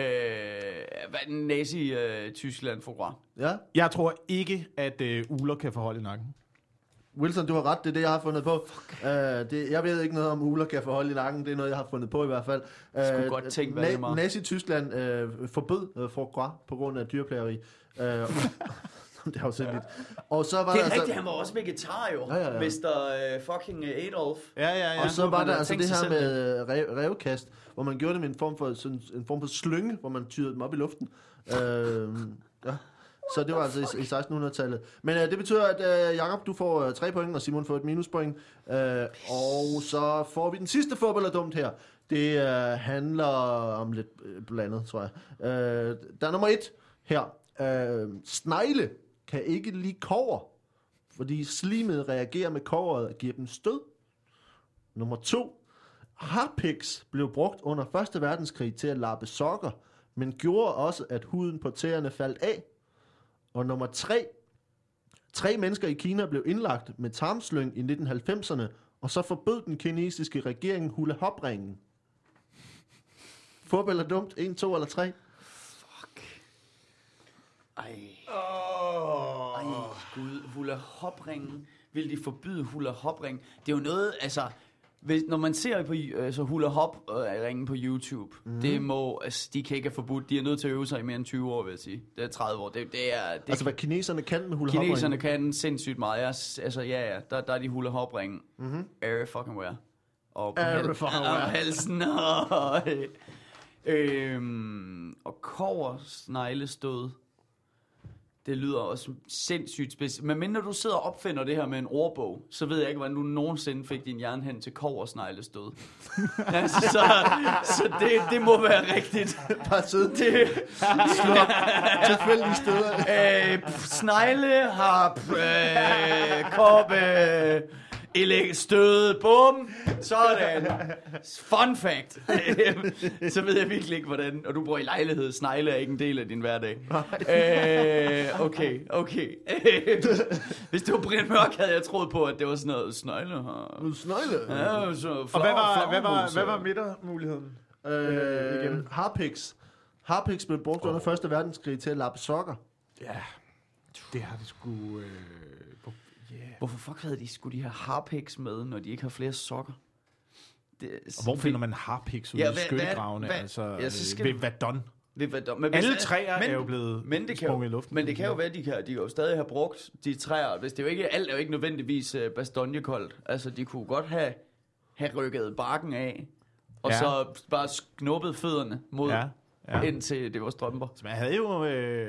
Nazi-Tyskland foie gras. Ja. Jeg tror ikke, at ugler kan forholde i nakken. Wilson, du har ret, det er det, jeg har fundet på. Jeg ved ikke noget om ugler kan få hold i nakken, det er noget, jeg har fundet på i hvert fald. Skulle godt tænke, hvad det var. Nazi-Tyskland forbød foie gras på grund af dyrplageri. Det er jo sindssygt. Og så var det er der rigtigt, han var også vegetar jo. Ja. Mr. fucking Adolf. Ja. Og så var der altså det her med rævekast, hvor man gjorde det med en form for slynge, hvor man tyrede dem op i luften. Ja. Så det var altså i 1600-tallet. Men det betyder, at Jacob, du får 3 point, og Simon får et minuspoint. Og så får vi den sidste fodbold er dumt her. Det handler om lidt blandet, tror jeg. Der er nummer 1 her. Snegle kan ikke lide kobber, fordi slimet reagerer med kobberet og giver dem stød. Nummer 2. Harpiks blev brugt under 1. verdenskrig til at lappe sokker, men gjorde også, at huden på tæerne faldt af. Og nummer 3. 3 mennesker i Kina blev indlagt med tarmslyng i 1990'erne, og så forbød den kinesiske regering hula-hop-ringen. Fodbold er dumt. 1, 2 eller 3. Ej, gud, hula hop-ringen. Vil de forbyde hula hop-ring? Det er jo noget, altså... Når man ser på hula hop-ringen på YouTube, det må, altså, de kan ikke have forbudt. De er nødt til at øve sig i mere end 20 år, vil jeg sige. Det er 30 år. Det altså, hvad kineserne kan med hula hop-ringen? Kineserne kan sindssygt meget. Altså, ja, der er de hula hop-ringen. Every fucking where. Og på halsen. Og kobbersneglestød. Det lyder også sindssygt specielt. Men mindre du sidder og opfinder det her med en ordbog, så ved jeg ikke, hvordan du nogensinde fik din hjerne hen til kobbersneglestød. Altså, så det må være rigtigt. Bare sidde til slå op tilfældige steder. Snegle har kobbe... stød, bum, sådan. Fun fact. Så ved jeg virkelig ikke, hvordan. Og du bor i lejlighed. Snegle er ikke en del af din hverdag. Okay. Hvis det var Brian Mørk, havde jeg troet på, at det var sådan noget snegle. Snegle? Ja, så og hvad var midtermuligheden? Harpiks. Harpiks blev brugt under 1. verdenskrig til at lappe sokker. Ja, det har de sgu... Hvorfor fuck skulle de have harpiks med, når de ikke har flere sokker? Og hvor finder man harpiks ude i skyttegravene? Ved Verdun. Alle træer er jo blevet sprunget i luften. Men det kan jo være, de kan jo stadig have brugt de træer. Hvis det jo ikke, alt er jo ikke nødvendigvis bastonjekoldt. Altså, de kunne godt have rykket barken af, og så bare knuppet fødderne mod... indtil det var strømper. Så man havde jo...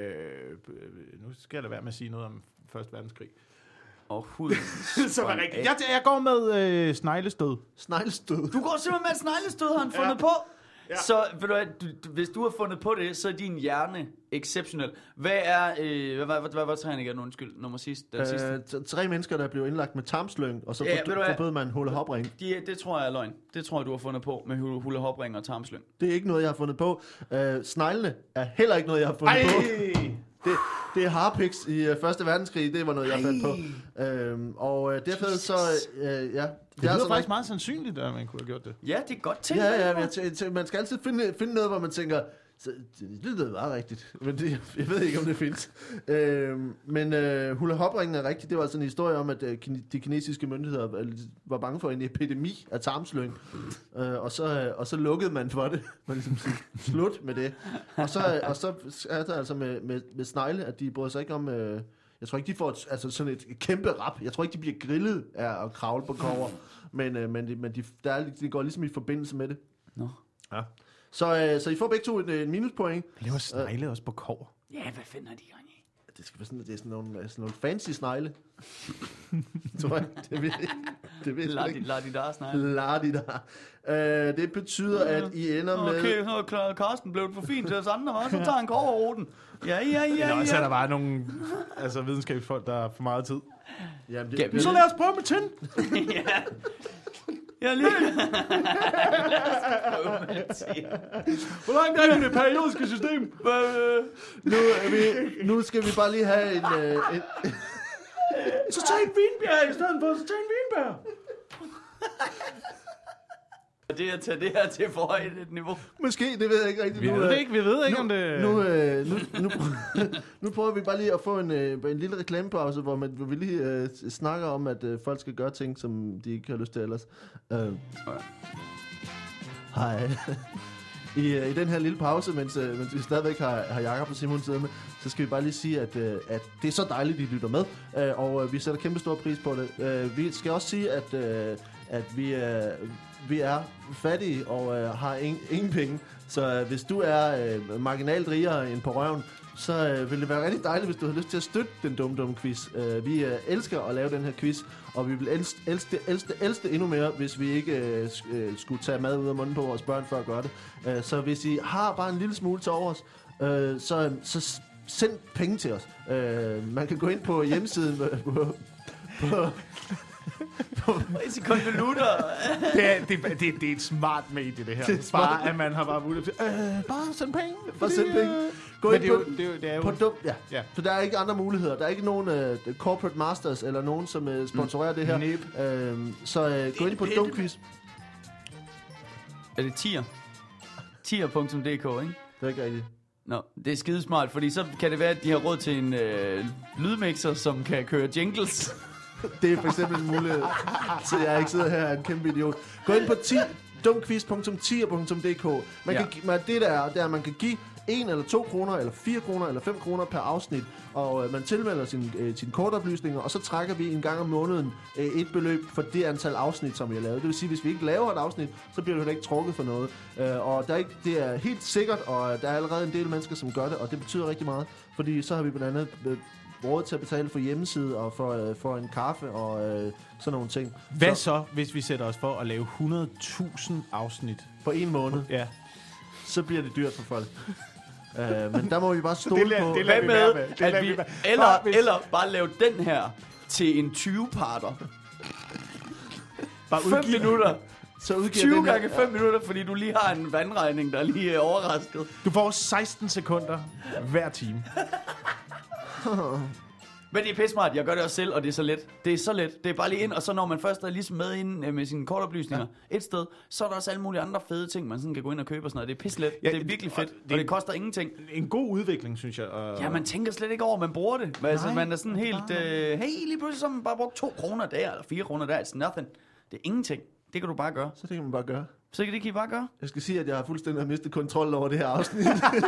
nu skal jeg da være med at sige noget om 1. verdenskrig. Og huden. Så var rigtigt. Jeg går med sneglestød. Sneglestød. Du går simpelthen med sneglestød, har han fundet på. Ja. Så ved du, hvis du har fundet på det, så er din hjerne exceptionel. Hvad var træningen igen? Undskyld, nummer sidste. 3 mennesker, der blev indlagt med tarmslyng, og så forbød man hula hop-ring. Det tror jeg er løgn. Det tror jeg, du har fundet på med hula hop-ring og tarmslyng. Det er ikke noget, jeg har fundet på. Sneglene er heller ikke noget, jeg har fundet på. Det er harpiks i 1. verdenskrig, det var noget, jeg fandt på. Og derfor så, Det lyder faktisk meget sandsynligt, at man kunne have gjort det. Ja, det er godt tænkt. Ja, man skal altid finde noget, hvor man tænker, det lyder meget rigtigt, men jeg ved ikke, om det findes. Men hula hop-ringen er rigtigt. Det var altså en historie om, at de kinesiske myndigheder var bange for en epidemi af tarmslyng. Og så lukkede man for det. Man ligesom slut med det. Og så er der altså med snegle, at de bryder sig ikke om... jeg tror ikke, de får sådan et kæmpe rap. Jeg tror ikke, de bliver grillet af at kravle på kobber. Men de går ligesom i forbindelse med det. Nå. Ja. Så I får begge to en minuspoint. Laver snegle også på kobber? Ja, hvad finder de gang i? Det skal være sådan, det er sådan nogle fancy snegle. Tror jeg. Det ved jeg ikke. La-di-da snegle. La-di-da. Det betyder, at I ender med... Okay, så er Carsten blevet for fint til os andre, så tager han kobberruten. Ja. Eller så er der bare nogle videnskabsfolk, der har for meget tid. Jamen, så lad os prøve med tin. Ja. Jeg lige. Hvor langt er det periodiske system? Nu skal vi bare lige have en... Så tag en vinbær i stedet for, så tag en vinbær. Det at tage det her til for højt et niveau. Måske, det ved jeg ikke rigtigt. Vi ved ikke om det... Nu prøver vi bare lige at få en lille reklamepause, hvor vi lige snakker om, at folk skal gøre ting, som de ikke har lyst til ellers. Hej. I den her lille pause, mens vi stadigvæk har Jakob og Simon siddende, så skal vi bare lige sige, at det er så dejligt, at I lytter med, og vi sætter kæmpe stor pris på det. Vi skal også sige, at vi er fattige og har ingen penge, så hvis du er marginalt rigere end på røven, så vil det være rigtig dejligt, hvis du har lyst til at støtte den dumme quiz. Vi elsker at lave den her quiz, og vi vil elske endnu mere, hvis vi ikke skulle tage mad ud af munden på vores børn for at gøre det. Så hvis I har bare en lille smule til overs, så send penge til os. Man kan gå ind på hjemmesiden på I konvolutter. Det er et smart medie, det her. Det er bare, at man har bare mulighed til, bare send penge. Bare send penge. Gå ind det er jo ja. For der er ikke andre muligheder. Der er ikke nogen corporate masters eller nogen, som sponsorerer det her. Så gå ind på Dumquiz. Er det 10'er? tier.dk, ikke? Det er ikke rigtigt. Nå, det er skidesmart, fordi så kan det være, at de har råd til en lydmixer, som kan køre jingles. Det er for eksempel en mulighed, så jeg ikke sidder her og er en kæmpe idiot. Gå ind på dumquiz.tier.dk. Det der er, at man kan give 1 eller 2 kroner, eller 4 kroner, eller 5 kroner per afsnit, og man tilmelder sine kortoplysninger, og så trækker vi en gang om måneden et beløb for det antal afsnit, som vi har lavet. Det vil sige, hvis vi ikke laver et afsnit, så bliver det ikke trukket for noget. Og det er helt sikkert, og der er allerede en del mennesker, som gør det, og det betyder rigtig meget, fordi så har vi blandt andet råd til at betale for hjemmeside og for en kaffe og sådan nogle ting. Hvad så, hvis vi sætter os for at lave 100.000 afsnit? På en måned? Ja. Så bliver det dyrt for folk. Men der må vi bare stole på. Hvad med, at vi eller bare lave den her til en 20-parter. Bare 5 minutter. Så 20 gange 5 minutter, fordi du lige har en vandregning, der lige er overrasket. Du får 16 sekunder hver time. Men det er pissmart, jeg gør det også selv, og det er så let. Det er så let. Det er bare lige ind, og så når man først er ligesom med ind med sine kortoplysninger et sted, så er der også alle mulige andre fede ting, man sådan kan gå ind og købe og sådan noget. Det er pisselet. Ja, det er virkelig fedt, og det koster ingenting. En god udvikling, synes jeg. Ja, man tænker slet ikke over, at man bruger det. Altså, man er sådan helt, hey, lige pludselig så har man bare brugt 2 kroner der, eller 4 kroner der, it's nothing. Det er ingenting. Det kan du bare gøre. Så det kan man bare gøre. Så det kan I bare gøre. Jeg skal sige, at jeg har fuldstændig mistet kontrol over det her afsnit.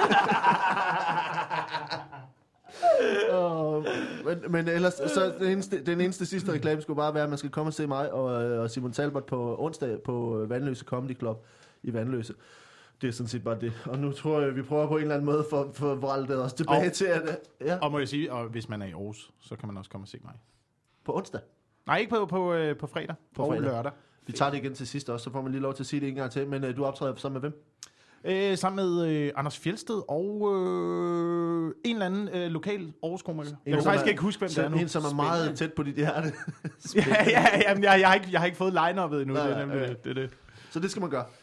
Men ellers, så den eneste sidste reklame skulle bare være, at man skal komme og se mig og Simon Talbot på onsdag på Vandløse Comedy Club i Vandløse. Det er sådan set bare det. Og nu tror jeg, vi prøver på en eller anden måde for vraldet os tilbage til at... Ja. Og må jeg sige, og hvis man er i Aarhus, så kan man også komme og se mig. På onsdag? Nej, ikke på fredag. På fredag. Lørdag. Vi tager det igen til sidst også, så får man lige lov til at sige det en gang til. Men du optræder sammen med hvem? Sammen med Anders Fjeldsted og en eller anden lokal Aarhus-komiker. Jeg kan faktisk ikke huske, hvem det er nu. En, som er meget tæt på dit hjerte. Jeg har ikke fået line-up'et endnu. Nej, det er nemlig det. Så det skal man gøre.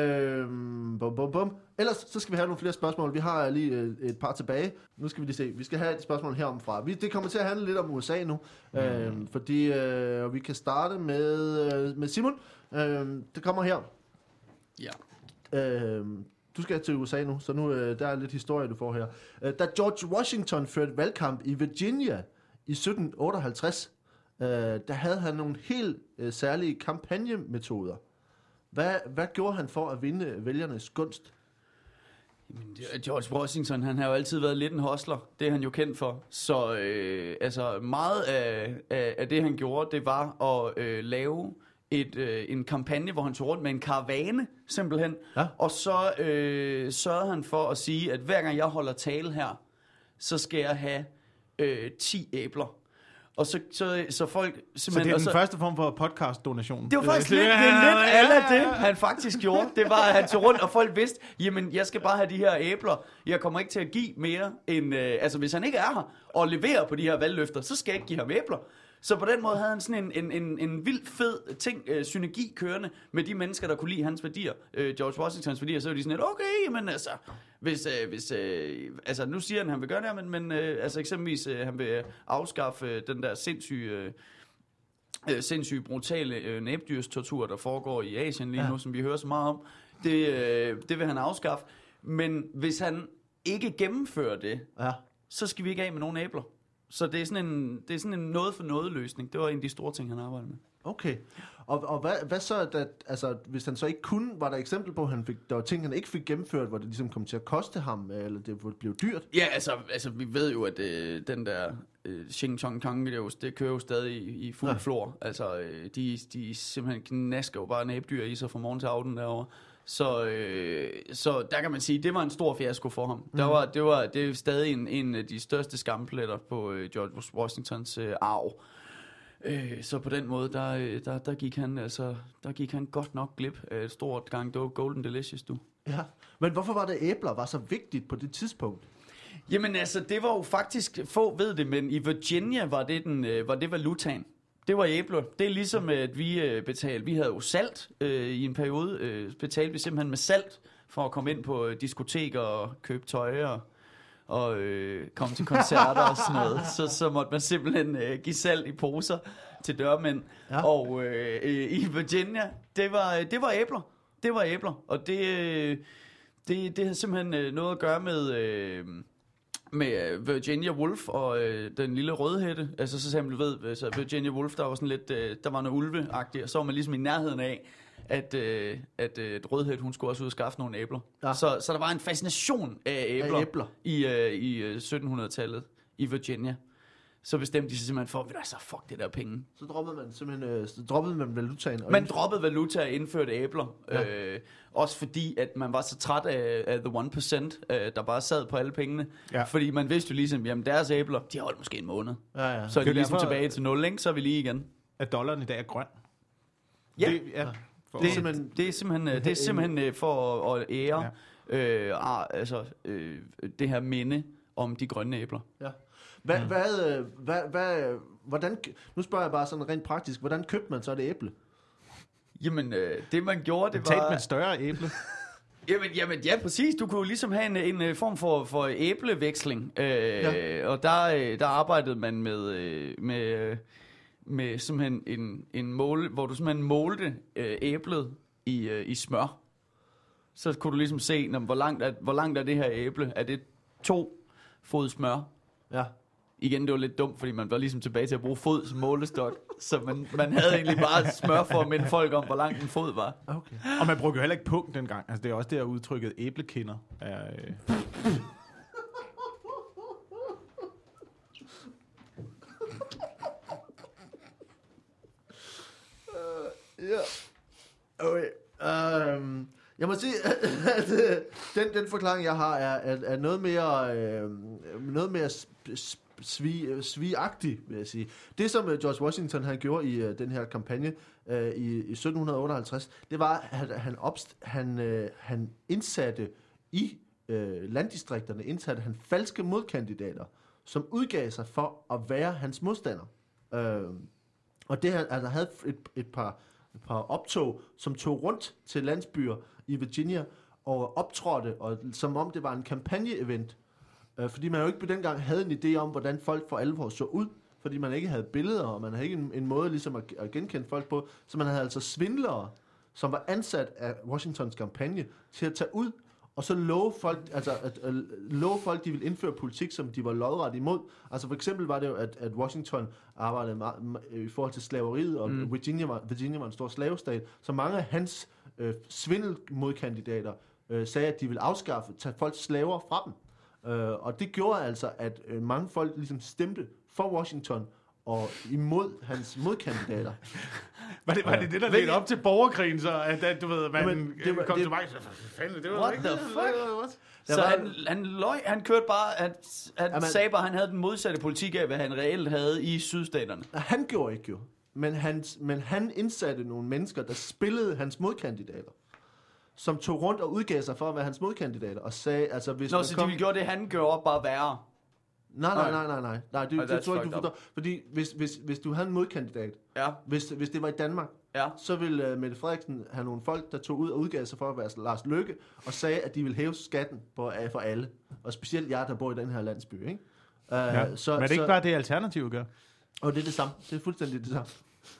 Ellers så skal vi have nogle flere spørgsmål. Vi har lige et par tilbage. Nu skal vi lige se. Vi skal have et spørgsmål herom fra. Det kommer til at handle lidt om USA nu. Fordi vi kan starte med Simon. Det kommer her. Ja. Du skal til USA nu, så nu der er lidt historie, du får her. Da George Washington førte valgkamp i Virginia i 1758, der havde han nogle helt særlige kampagnemetoder. Hvad gjorde han for at vinde vælgernes gunst? Jamen, George Washington, han har jo altid været lidt en hustler. Det er han jo kendt for. Så altså meget af det, han gjorde, det var at lave en kampagne, hvor han tog rundt med en karavane, simpelthen. Ja. Og så sørgede han for at sige, at hver gang jeg holder tale her, så skal jeg have 10 æbler. Og så folk simpelthen... Så det er den første form for podcast-donation? Det var faktisk lidt alle af det, han faktisk gjorde. Det var, at han tog rundt, og folk vidste, jamen, jeg skal bare have de her æbler. Jeg kommer ikke til at give mere end... altså, hvis han ikke er her og leverer på de her valgløfter, så skal jeg ikke give ham æbler. Så på den måde havde han sådan en vildt fed ting, synergi kørende med de mennesker, der kunne lide hans værdier, George Washingtons værdier. Så var de sådan lidt, okay, men altså, hvis altså nu siger han vil gøre det her, men altså eksempelvis, han vil afskaffe den der sindssygt brutale næbdyrstortur, der foregår i Asien lige nu, som vi hører så meget om. Det vil han afskaffe. Men hvis han ikke gennemfører det, så skal vi ikke af med nogen æbler. Så det er sådan en noget for noget løsning. Det var en af de store ting, han arbejdede med. Okay. Og hvad så, altså, hvis han så ikke kunne, var der eksempel på, at der var ting, han ikke fik gennemført, hvor det ligesom kom til at koste ham, eller det blev dyrt? Ja, altså vi ved jo, at den der Xing Chong Tong, det kører jo stadig i fuld flor. Altså, de simpelthen knasker jo bare næbdyr i sig fra morgen til aften derovre. Så der kan man sige, det var en stor fiasko for ham. Det er stadig en af de største skampletter på George Washingtons arv. Så på den måde, der gik han godt nok glip af et stort gang. Det var Golden Delicious, du. Ja, men hvorfor var det æbler var så vigtigt på det tidspunkt? Jamen altså, det var jo faktisk, få ved det, men i Virginia var det valutaen. Det var æbler. Det er ligesom, at vi betalte. Vi havde jo salt i en periode. Betalte vi simpelthen med salt for at komme ind på diskoteker og købe tøj og komme til koncerter og sådan noget. Så måtte man simpelthen give salt i poser til dørmænd. Ja. Og i Virginia, det var æbler. Det var æbler. Og Det har simpelthen noget at gøre med Virginia Woolf og den lille rødhætte. Altså så simpelthen, du ved, så Virginia Woolf, der var sådan lidt, der var noget ulveagtigt, og så var man ligesom i nærheden af, at rødhætte, hun skulle også ud og skaffe nogle æbler. Ja. Så der var en fascination af æbler. I 1700-tallet i Virginia. Så bestemte de sig simpelthen for, så fuck det der penge. Så droppede man simpelthen valutaen. Man droppede valuta og indførte æbler. Ja. Også fordi, at man var så træt af the 1%, der bare sad på alle pengene. Ja. Fordi man vidste jo ligesom, jamen deres æbler, de har holdt måske en måned. Ja. Så er de ligesom tilbage til 0, ikke? Så er vi lige igen. At dollaren i dag er grøn. Ja. Det er simpelthen for at ære det her minde om de grønne æbler. Ja. Hvordan, nu spørger jeg bare sådan rent praktisk, hvordan købte man så det æble? Jamen, det man gjorde, det var... Talt med større æble. Jamen, ja, præcis. Du kunne jo ligesom have en form for æbleveksling. Og der arbejdede man med simpelthen en mål, hvor du simpelthen målte æblet i smør. Så kunne du ligesom se, hvor langt er det her æble? Er det 2 fod smør? Ja. Igen, det var lidt dumt, fordi man var ligesom tilbage til at bruge fod som målestok. Så man havde egentlig bare smør for at minde folk om, hvor langt en fod var. Okay. Og man brugte jo heller ikke punkt dengang. Altså, det er også det, der udtrykket æblekinder er... Ja. Okay. Jeg må sige, at den forklaring, jeg har, er noget mere svigagtig, vil jeg sige. Det, som George Washington han gjorde i den her kampagne i 1758, det var, at han indsatte i landdistrikterne falske modkandidater, som udgav sig for at være hans modstander. Og det han havde et par optog, som tog rundt til landsbyer i Virginia og optrådte, og som om det var en kampagne-event. Fordi man jo ikke på dengang havde en idé om, hvordan folk for alvor så ud, fordi man ikke havde billeder, og man havde ikke en måde ligesom at genkende folk på. Så man havde altså svindlere, som var ansat af Washingtons kampagne, til at tage ud, og så love folk, de ville indføre politik, som de var lodret imod. Altså for eksempel var det jo, at Washington arbejdede meget i forhold til slaveriet, og Virginia var en stor slavestat, så mange af hans svindelmodkandidater sagde, at de ville tage folks slaver fra dem. Og det gjorde altså, at mange folk ligesom stemte for Washington og imod hans modkandidater. Var det der ledte op til borgerkrigen, så at du ved, man kom til mig, det var what the fuck? Så han løg, han kørte bare, han sagde bare, han havde den modsatte politik af, hvad han reelt havde i sydstaterne. Han gjorde ikke jo, men han indsatte nogle mennesker, der spillede hans modkandidater, som tog rundt og udgav sig for at være hans modkandidater, og sagde, altså hvis så de ville gøre det, han gjorde, bare værre? Nej, det tror jeg ikke, du forstår. Fordi hvis du havde en modkandidat, hvis det var i Danmark, så ville Mette Frederiksen have nogle folk, der tog ud og udgav sig for at være Lars Løkke, og sagde, at de ville hæve skatten for alle. Og specielt jer, der bor i den her landsby, ikke? Men er det ikke bare det, Alternativet gør? Og det er det samme. Det er fuldstændig det samme.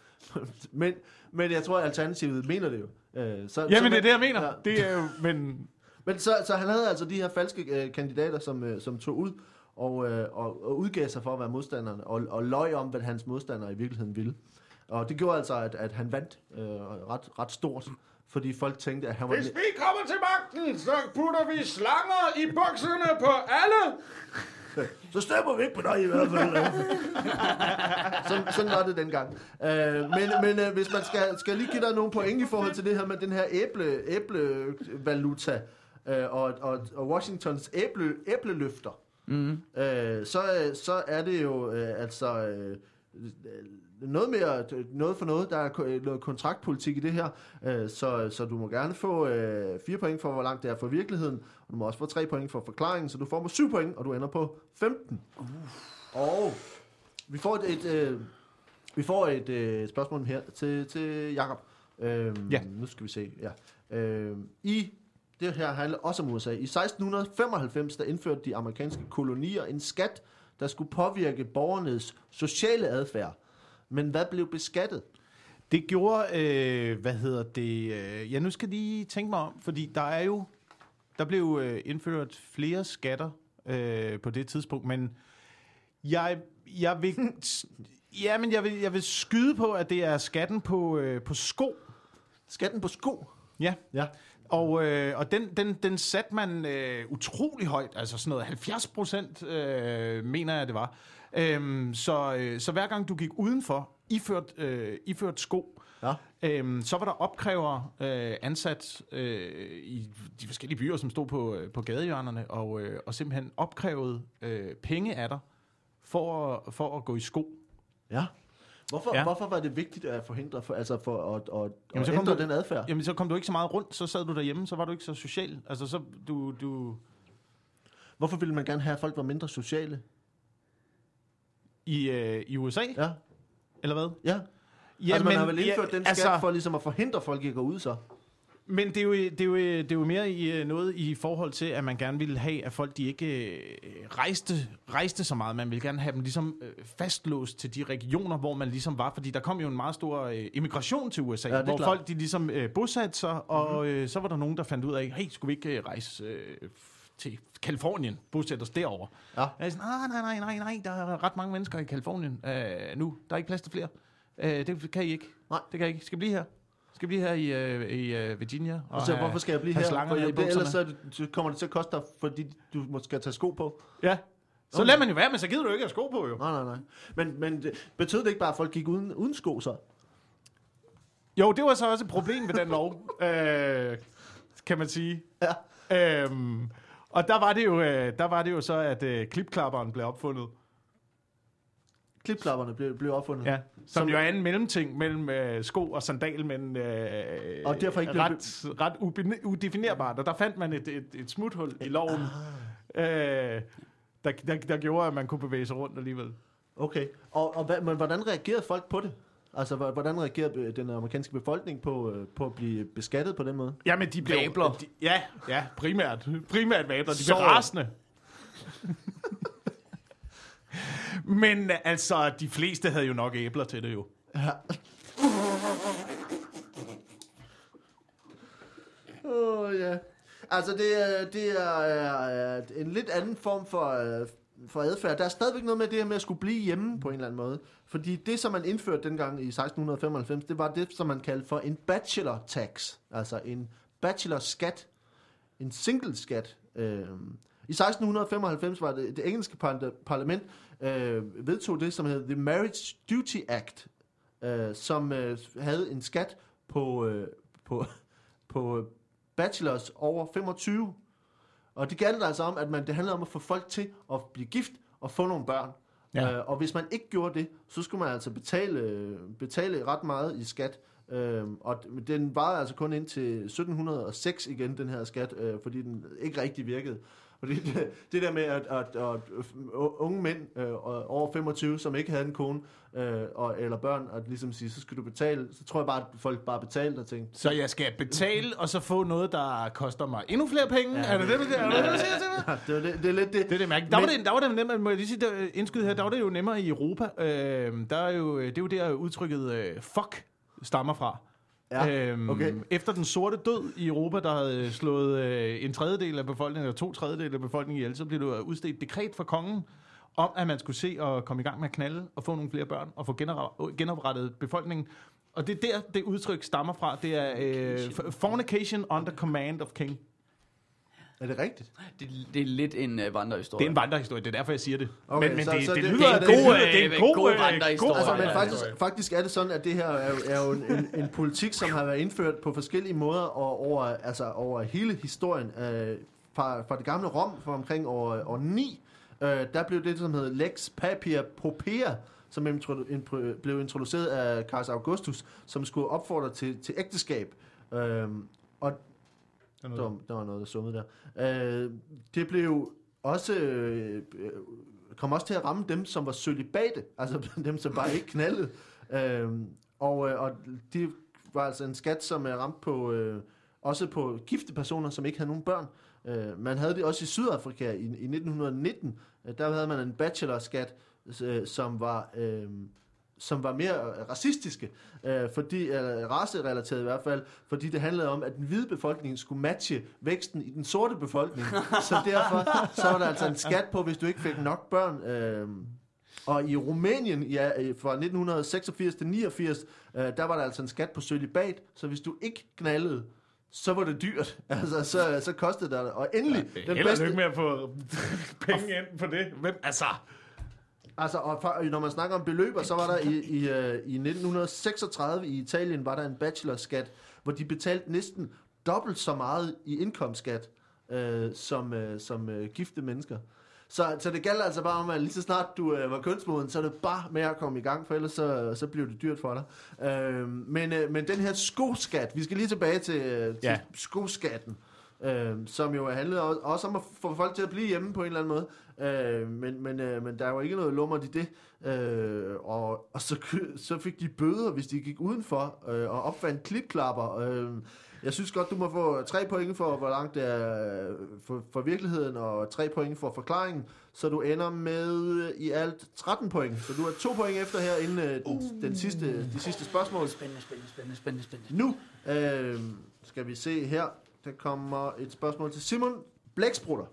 men jeg tror, at Alternativet mener det jo. Det er det, jeg mener. Ja. Det er jo, men så han havde altså de her falske kandidater, som tog ud og udgav sig for at være modstanderne, og løj om, hvad hans modstandere i virkeligheden ville. Og det gjorde altså, at han vandt ret stort, fordi folk tænkte, at han var... Hvis vi kommer til magten, så putter vi slanger i bukserne på alle! Så stemmer vi ikke på dig i hvert fald. Sådan var det dengang. Men hvis man skal lige give dig nogle point i forhold til det her med den her æblevaluta og Washingtons æbleløfter, så er det jo noget for noget. Der er noget kontraktpolitik i det her, så du må gerne få 4 point for, hvor langt det er fra virkeligheden, og du må også få 3 point for forklaringen, så du får 7 point, og du ender på 15. Og vi får et spørgsmål her til Jakob. Nu skal vi se. Det her handler også om USA. I 1695, der indførte de amerikanske kolonier en skat, der skulle påvirke borgernes sociale adfærd. Men hvad blev beskattet? Det gjorde, nu skal jeg lige tænke mig om, fordi der er jo Der blev indført flere skatter på det tidspunkt, men jeg vil skyde på, at det er skatten på sko. Skatten på sko? Ja. Ja. Og den satte man utrolig højt, altså sådan noget 70%, mener jeg det var. Så hver gang du gik udenfor, iført sko, så var der opkræver ansat i de forskellige byer, som stod på gadehjørnerne, og simpelthen opkrævede penge af dig for at gå i sko. Ja. Hvorfor var det vigtigt at forhindre, at ændre den adfærd? Jamen, så kom du ikke så meget rundt, så sad du derhjemme, så var du ikke så social. Altså, så du... Hvorfor ville man gerne have, at folk var mindre sociale? I USA? Ja. Eller hvad? Ja. Altså, man har vel indført den skat for ligesom at forhindre folk i at gå ud så? Men det er jo mere noget i forhold til, at man gerne ville have, at folk de ikke rejste så meget. Man ville gerne have dem ligesom fastlåst til de regioner, hvor man ligesom var. Fordi der kom jo en meget stor immigration til USA, hvor klart. Folk de ligesom bosatte sig, og så var der nogen, der fandt ud af, hey, skulle vi ikke rejse til Kalifornien, bosætte os derovre? Ja. Jeg er sådan, nej, der er ret mange mennesker i Kalifornien nu. Der er ikke plads til flere. Det kan I ikke. Nej. Det kan I ikke. Skal blive her. Skal blive her i Virginia. Og så hvorfor skal jeg blive her? For ellers så kommer det til at koste dig, fordi du måske skal tage sko på. Ja. Så lader man jo være, men så gider du ikke have sko på jo. Nej. Men betød det ikke bare, at folk gik uden sko så? Jo, det var så også et problem ved den lov, kan man sige. Ja. Og der var det jo så, at klipklapperen blev opfundet. Klipklapperne blev opfundet. Ja, som jo er en mellemting mellem sko og sandal, men og derfor ikke ret udefinerbart. Og der fandt man et smuthul i loven, der gjorde, at man kunne bevæge sig rundt alligevel. Okay, men hvordan reagerede folk på det? Altså, hvordan reagerede den amerikanske befolkning på at blive beskattet på den måde? Jamen, de blev... Vabler. Ja, primært vabler. De blev rasende. Men altså, de fleste havde jo nok æbler til det jo. Ja. Ja. Altså, det er en lidt anden form for adfærd. Der er stadigvæk noget med det her med at skulle blive hjemme på en eller anden måde. Fordi det, som man indførte dengang i 1695, det var det, som man kaldte for en bachelor tax. Altså en bachelor skat. En single skat. I 1695 var det engelske parlament vedtog det, som hedder The Marriage Duty Act, som havde en skat på bachelors over 25. Og det galt altså om, at det handlede om at få folk til at blive gift og få nogle børn. Ja. Og hvis man ikke gjorde det, så skulle man altså betale ret meget i skat. Og den varede altså kun indtil 1706 igen, den her skat, fordi den ikke rigtig virkede. Fordi det der med, at unge mænd over 25, som ikke havde en kone eller børn, at ligesom sige, så skal du betale, så tror jeg bare, at folk bare betalte og tænkte. Så jeg skal betale, og så få noget, der koster mig endnu flere penge? Ja, er det det, du siger til mig? Det er lidt det. Det er det mærkeligt. Der var det nemmere, må jeg lige sige, indskyde her, der var det jo nemmere i Europa. Det er jo der udtrykket fuck stammer fra. Ja, okay. Efter den sorte død i Europa, der havde slået en tredjedel af befolkningen, eller 2/3 af befolkningen ihjel, så blev der udstedt dekret fra kongen, om at man skulle se at komme i gang med at knalde, og få nogle flere børn, og få genoprettet befolkningen. Og det er der, det udtryk stammer fra. Det er fornication under command of king. Er det rigtigt? Det er lidt en vandrehistorie. Det er en vandrehistorie, det er derfor, jeg siger det. Okay, men det lyder det er en god vandrehistorie. Altså, men faktisk er det sådan, at det her er jo en politik, som har været indført på forskellige måder over hele historien. Fra det gamle Rom, fra omkring år 9, der blev det, som hedder Lex Papia Popea, som blev introduceret af Carus Augustus, som skulle opfordre til ægteskab. Og der var noget, der summede der. Det blev også kom også til at ramme dem, som var cølibate, altså dem, som bare ikke knaldede. Og det var altså en skat, som er ramt på også på gifte personer, som ikke havde nogen børn. Man havde det også i Sydafrika i 1919. Der havde man en bachelorskat, som var som var mere racistiske, fordi racerelateret i hvert fald, fordi det handlede om, at den hvide befolkning skulle matche væksten i den sorte befolkning. Så derfor så var der altså en skat på, hvis du ikke fik nok børn. Og i Rumænien, fra 1986 til 89, der var der altså en skat på cølibat, så hvis du ikke knaldede, så var det dyrt. Altså, så kostede det. Og endelig, den bedste... ikke med at få penge ind på det. Men altså... Altså, og når man snakker om beløber, så var der i 1936 i Italien, var der en bachelorskat, hvor de betalte næsten dobbelt så meget i indkomstskat som gifte mennesker. Så det gælder altså bare om, at lige så snart du var kønsmoden, så er det bare med at komme i gang, for ellers så bliver det dyrt for dig. Men den her skoskat, vi skal lige tilbage til skoskatten, som jo handlede også om at få folk til at blive hjemme på en eller anden måde. Men der er jo ikke noget lummert i det. Og så fik de bøder, hvis de gik udenfor og opfandt klipklapper. Jeg synes godt, du må få 3 point for, hvor langt det er for virkeligheden, og 3 point for forklaringen, så du ender med i alt 13 point. Så du har 2 point efter her, inden de sidste spørgsmål. Spændende. Nu skal vi se her. Der kommer et spørgsmål til Simon. Blæksprutter.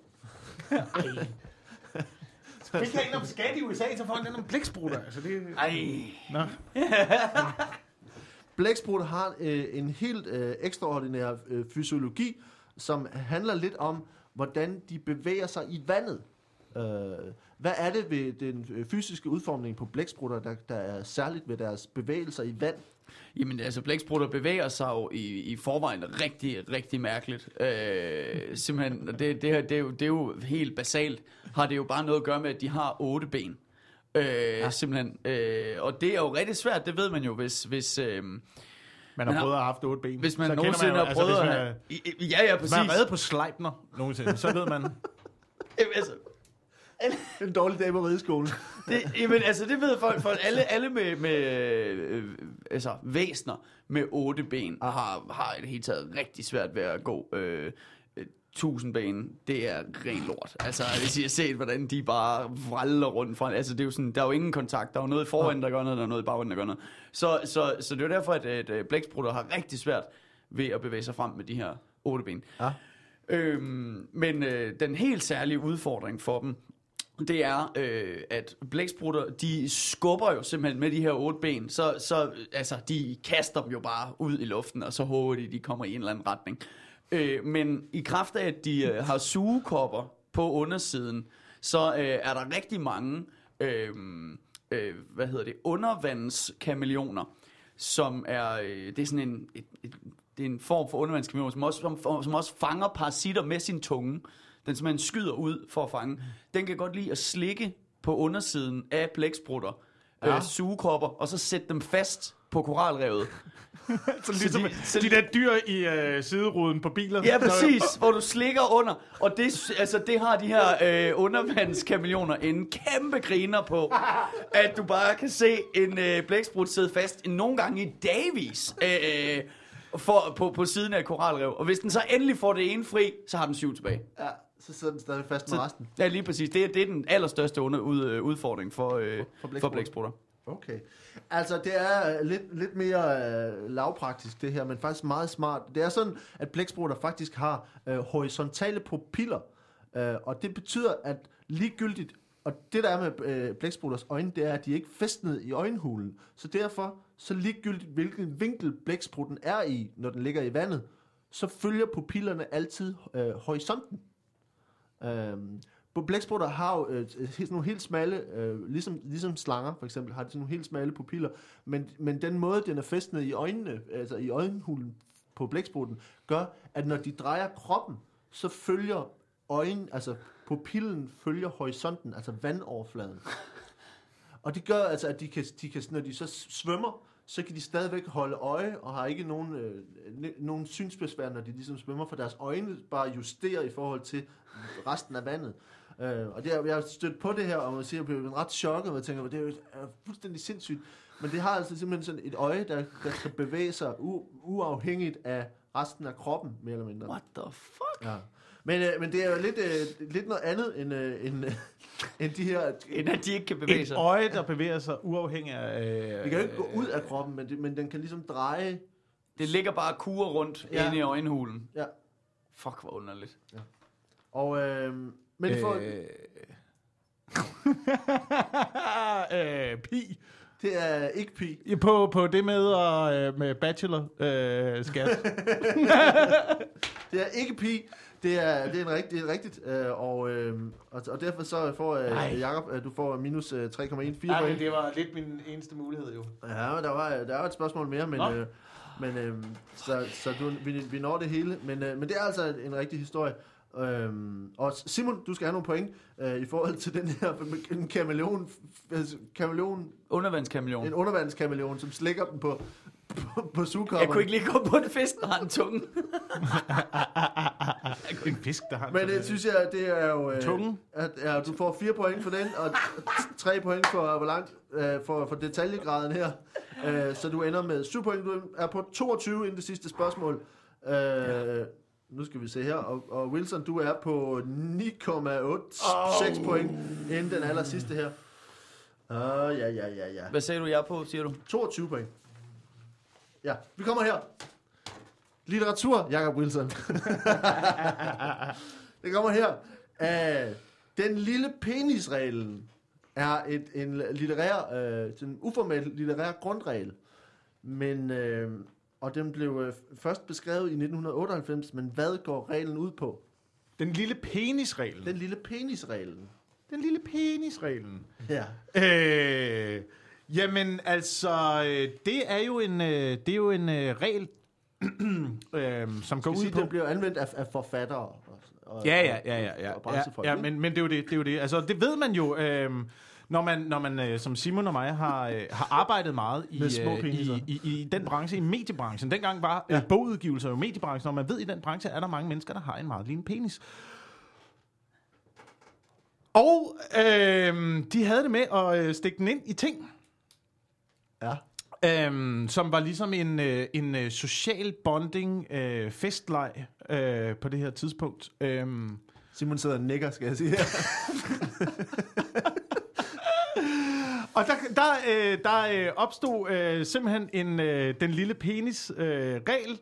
Vi kan ikke om skat i USA, så får han den om blæksprutter. Altså, det... Nå. Blæksprutter har en helt ekstraordinær fysiologi, som handler lidt om, hvordan de bevæger sig i vandet. Hvad er det ved den fysiske udformning på blæksprutter, der er særligt ved deres bevægelser i vand? Jamen altså, blæksprutter bevæger sig jo i forvejen rigtig, rigtig mærkeligt. Simpelthen, det er jo helt basalt, har det jo bare noget at gøre med, at de har 8 ben. Simpelthen. Og det er jo rigtig svært, det ved man jo, hvis man har prøvet at have haft 8 ben. Hvis man nogensinde har prøvet at have... Ja, præcis. Man har været på Sleipner nogensinde, så ved man... altså... En dårlig dag på rideskolen. Jamen, altså, det ved folk alle med altså, væsner med 8 ben har i det hele taget rigtig svært ved at gå 1000 ben. Det er rent lort. Altså, hvis I har set, hvordan de bare vralder rundt fra. Altså, det er jo sådan, der er jo ingen kontakt. Der er jo noget i forhånden, der gør noget, der er noget i baghånden, der gør noget. Så det er jo derfor, at blæksprutter har rigtig svært ved at bevæge sig frem med de her 8 ben. Ja. Men den helt særlige udfordring for dem, det er, at blæksprutter, de skubber jo simpelthen med de her 8 ben, så altså, de kaster dem jo bare ud i luften, og så håber de kommer i en eller anden retning. Men i kraft af, at de har sugekopper på undersiden, så er der rigtig mange undervandskameleoner, som er, det er sådan det er en form for undervandskameleon, som også fanger parasitter med sin tunge. Den simpelthen skyder ud for at fange. Den kan godt lide at slikke på undersiden af blæksprutter, sugekopper, og så sætte dem fast på koralrevet. Så ligesom de der dyr i sideruden på biler. Ja, præcis, hvor du slikker under. Og det har de her undervandskameleoner en kæmpe griner på, at du bare kan se en blæksprut sidde fast nogle gange i dagvis på siden af et koralrev. Og hvis den så endelig får det ene fri, så har den 7 tilbage. Ja, så sidder den stadig fast med resten. Ja, lige præcis. Det er den allerstørste udfordring for blæksprutter. Okay. Altså, det er lidt mere lavpraktisk det her, men faktisk meget smart. Det er sådan, at blæksprutter faktisk har horisontale pupiller, og det betyder, at ligegyldigt, og det der er med blæksprutters øjne, det er, at de ikke er fæstnet i øjenhulen. Så derfor, så ligegyldigt hvilken vinkel blæksprutten er i, når den ligger i vandet, så følger pupillerne altid horisonten. Blæksprutter har jo sådan nogle helt smalle, ligesom slanger for eksempel, har de sådan nogle helt smalle pupiller, men den måde, den er fæstnet i øjnene, altså i øjenhulen på blæksprutten, gør, at når de drejer kroppen, så følger altså pupillen følger horisonten, altså vandoverfladen. Og det gør altså, at de kan, når de så svømmer, så kan de stadigvæk holde øje, og har ikke nogen synsbesvær, når de ligesom svømmer, for deres øjne bare justerer i forhold til resten af vandet. Og jeg har stødt på det her, og man siger, at jeg bliver ret chokket, og jeg tænker, at det er fuldstændig sindssygt. Men det har altså simpelthen sådan et øje, der skal bevæge sig uafhængigt af resten af kroppen, mere eller mindre. What the fuck? Ja. Men det er jo lidt noget andet end de her... End at de ikke kan bevæge Et sig. øje, der bevæger sig uafhængig af... Vi kan jo ikke gå ud af kroppen, men den kan ligesom dreje... Det ligger bare kurer rundt inde i øjenhulen. Ja. Fuck, hvor underligt. Ja. Og... men for... Pi. Det er ikke pi. På det med bachelor skat. Det er ikke pi. Det er rigtigt. Og derfor så får Jakob, du får minus 3,14 point. Det var lidt min eneste mulighed jo. Ja, men der var et spørgsmål mere, så vi når det hele. Men det er altså en rigtig historie. Og Simon, du skal have nogle point i forhold til den her en kameleon, Undervandskameleon. en undervandskameleon, som slikker den på sugekopperne. Jeg kunne ikke lige gå på en fisk, der har en tunge. En fisk, der har Men det synes jeg, det er jo... Tunge. At du får 4 point for den, og 3 point for hvor langt for detaljegraden her. Så du ender med 7 point. Du er på 22 inden det sidste spørgsmål. Nu skal vi se her. Og Wilson, du er på 9,86 point inden den aller sidste her. Ja. Hvad sagde du, jeg er på, siger du? 22 point. Ja, vi kommer her. Litteratur, Jakob Wilson. Det kommer her. Den lille penisreglen er en uformel litterær grundregel. Men, og den blev først beskrevet i 1998, men hvad går reglen ud på? Den lille penisreglen. Den lille penisreglen. Den lille penisreglen. Ja. Jamen, altså, det er jo en regel, som går ud på... Den bliver anvendt af forfattere. Ja. Og branchefolk, ja, men det er jo det. Altså, det ved man jo, når man som Simon og mig har arbejdet meget i den branche, i mediebranchen. Dengang var bogudgivelser jo mediebranchen, og man ved, i den branche er der mange mennesker, der har en meget lille penis. Og de havde det med at stikke den ind i ting. Ja. Som var ligesom en social bonding festleg på det her tidspunkt. Simon sidder og nikker, skal jeg sige. Og der opstod simpelthen den lille penis-regel,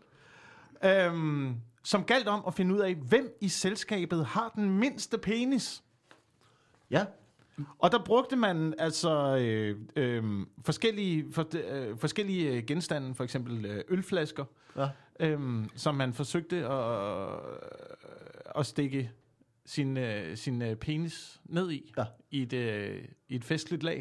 som galt om at finde ud af, hvem i selskabet har den mindste penis. Ja. Og der brugte man altså forskellige genstande, for eksempel ølflasker, som man forsøgte at stikke sin penis ned i et festligt lag.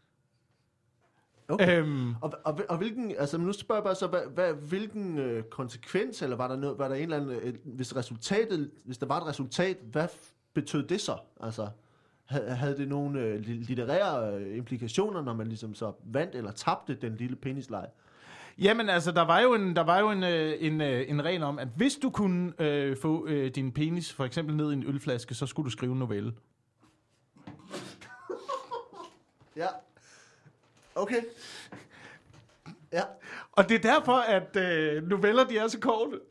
Okay. Og hvilken, altså nu spørger jeg bare så, hvilken konsekvens, eller var der en eller anden, hvis der var et resultat, hvad betød det så? Altså, havde det nogle litterære implikationer, når man ligesom så vandt eller tabte den lille penisleg? Jamen altså, der var jo en regel om, at hvis du kunne få din penis for eksempel ned i en ølflaske, så skulle du skrive en novelle. Ja. Okay. Ja. Og det er derfor, at noveller, de er så korte.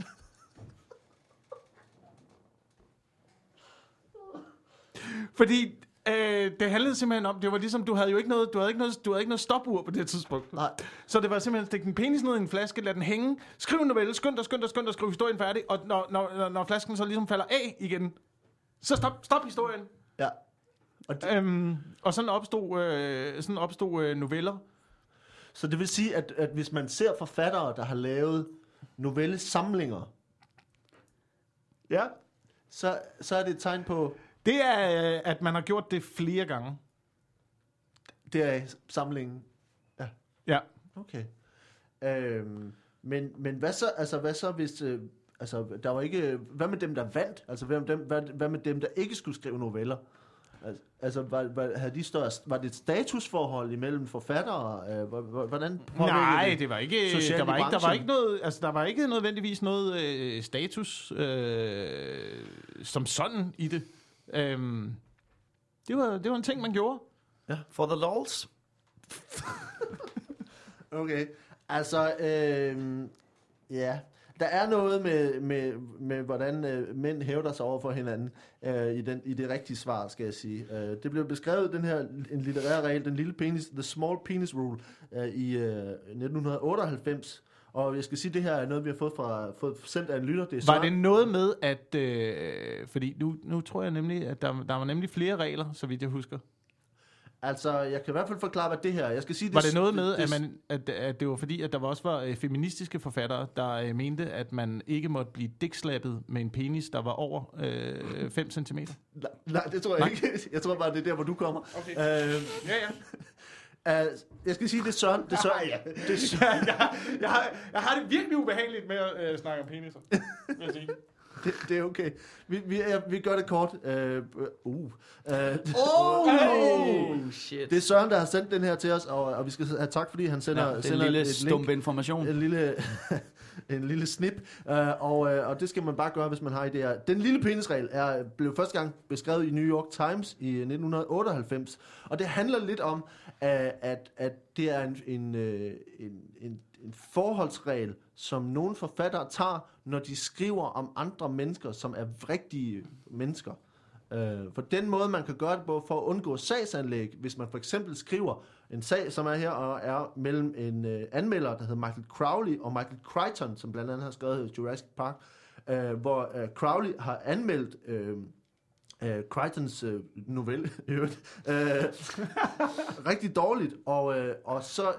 Fordi det handlede simpelthen om, det var ligesom, du havde ikke noget stopur på det tidspunkt. Nej. Så det var simpelthen, stik din penis ned i en flaske, lad den hænge, skriv en novelle, skynd dig, skriv historien færdig, og når flasken så ligesom falder af igen, så stop historien. Ja. Og sådan opstod noveller. Så det vil sige, at hvis man ser forfattere, der har lavet novellesamlinger, så er det et tegn på... Det er, at man har gjort det flere gange. Det er samlingen. Ja. Okay. Men hvad så? Altså hvad så hvis? Altså der var ikke. Hvad med dem der vandt? Altså hvad med dem der ikke skulle skrive noveller? Altså havde de var det et statusforhold imellem forfattere? Hvordan? Nej, det var ikke. Der var ikke noget. Altså der var ikke nødvendigvis noget status som sådan i det. Det var en ting man gjorde. Ja. For the lols. Okay. Altså ja. Der er noget med hvordan mænd hævder sig over for hinanden i det rigtige svar, skal jeg sige. Det blev beskrevet, en litterær regel, den lille penis, the small penis rule, i 1998. Og jeg skal sige, det her er noget, vi har fået sendt af en lytter. Det er var det noget med, at... fordi nu tror jeg nemlig, at der var nemlig flere regler, så vidt jeg husker. Altså, jeg kan i hvert fald forklare, hvad det her... Jeg skal sige, var det noget med, at det var fordi, at der også var feministiske forfattere, der mente, at man ikke måtte blive dækslappet med en penis, der var over 5 cm? Nej, det tror jeg ikke. Jeg tror bare, det er der, hvor du kommer. Okay. Ja. Jeg skal sige, det er Søren. Jeg har det virkelig ubehageligt med at snakke om peniser, vil jeg sige. Det er okay. Vi gør det kort. Shit. Det er Søren, der har sendt den her til os, og vi skal have tak, fordi han sender en lille stump information. En lille snip, og det skal man bare gøre, hvis man har idéer. Den lille penisregel blev første gang beskrevet i New York Times i 1998, og det handler lidt om, at det er en forholdsregel, som nogle forfattere tager, når de skriver om andre mennesker, som er rigtige mennesker. For den måde, man kan gøre det på for at undgå sagsanlæg, hvis man for eksempel skriver en sag, som er her, og er mellem en anmelder, der hedder Michael Crowley, og Michael Crichton, som blandt andet har skrevet Jurassic Park, hvor Crowley har anmeldt Crichtons novelle, rigtig dårligt, og så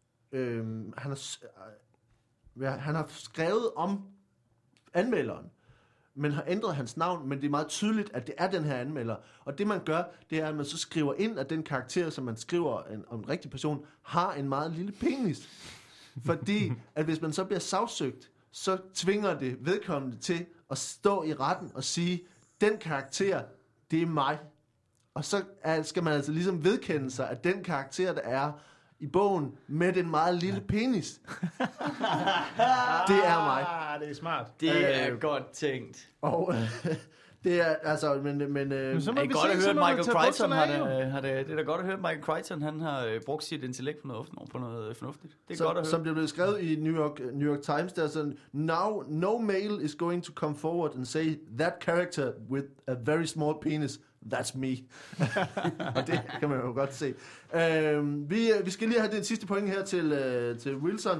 han har skrevet om anmelderen, men har ændret hans navn, men det er meget tydeligt, at det er den her anmelder. Og det man gør, det er, at man så skriver ind, at den karakter, som man skriver om en rigtig person, har en meget lille penis. Fordi, at hvis man så bliver sagsøgt, så tvinger det vedkommende til at stå i retten og sige, den karakter, det er mig. Og så skal man altså ligesom vedkende sig, at den karakter, der er i bogen med den meget lille penis, det er mig. Det er smart. Det er godt tænkt. Og det er altså, men så må vi godt have hørt Michael Crichton det er da godt at høre, at Michael Crichton han har brugt sit intellekt på noget fornuftigt. Det er godt at høre. Som det blev skrevet i New York Times, der er sådan, now no male is going to come forward and say that character with a very small penis, that's me. Og det kan man jo godt se. Vi skal lige have den sidste point her til Wilson.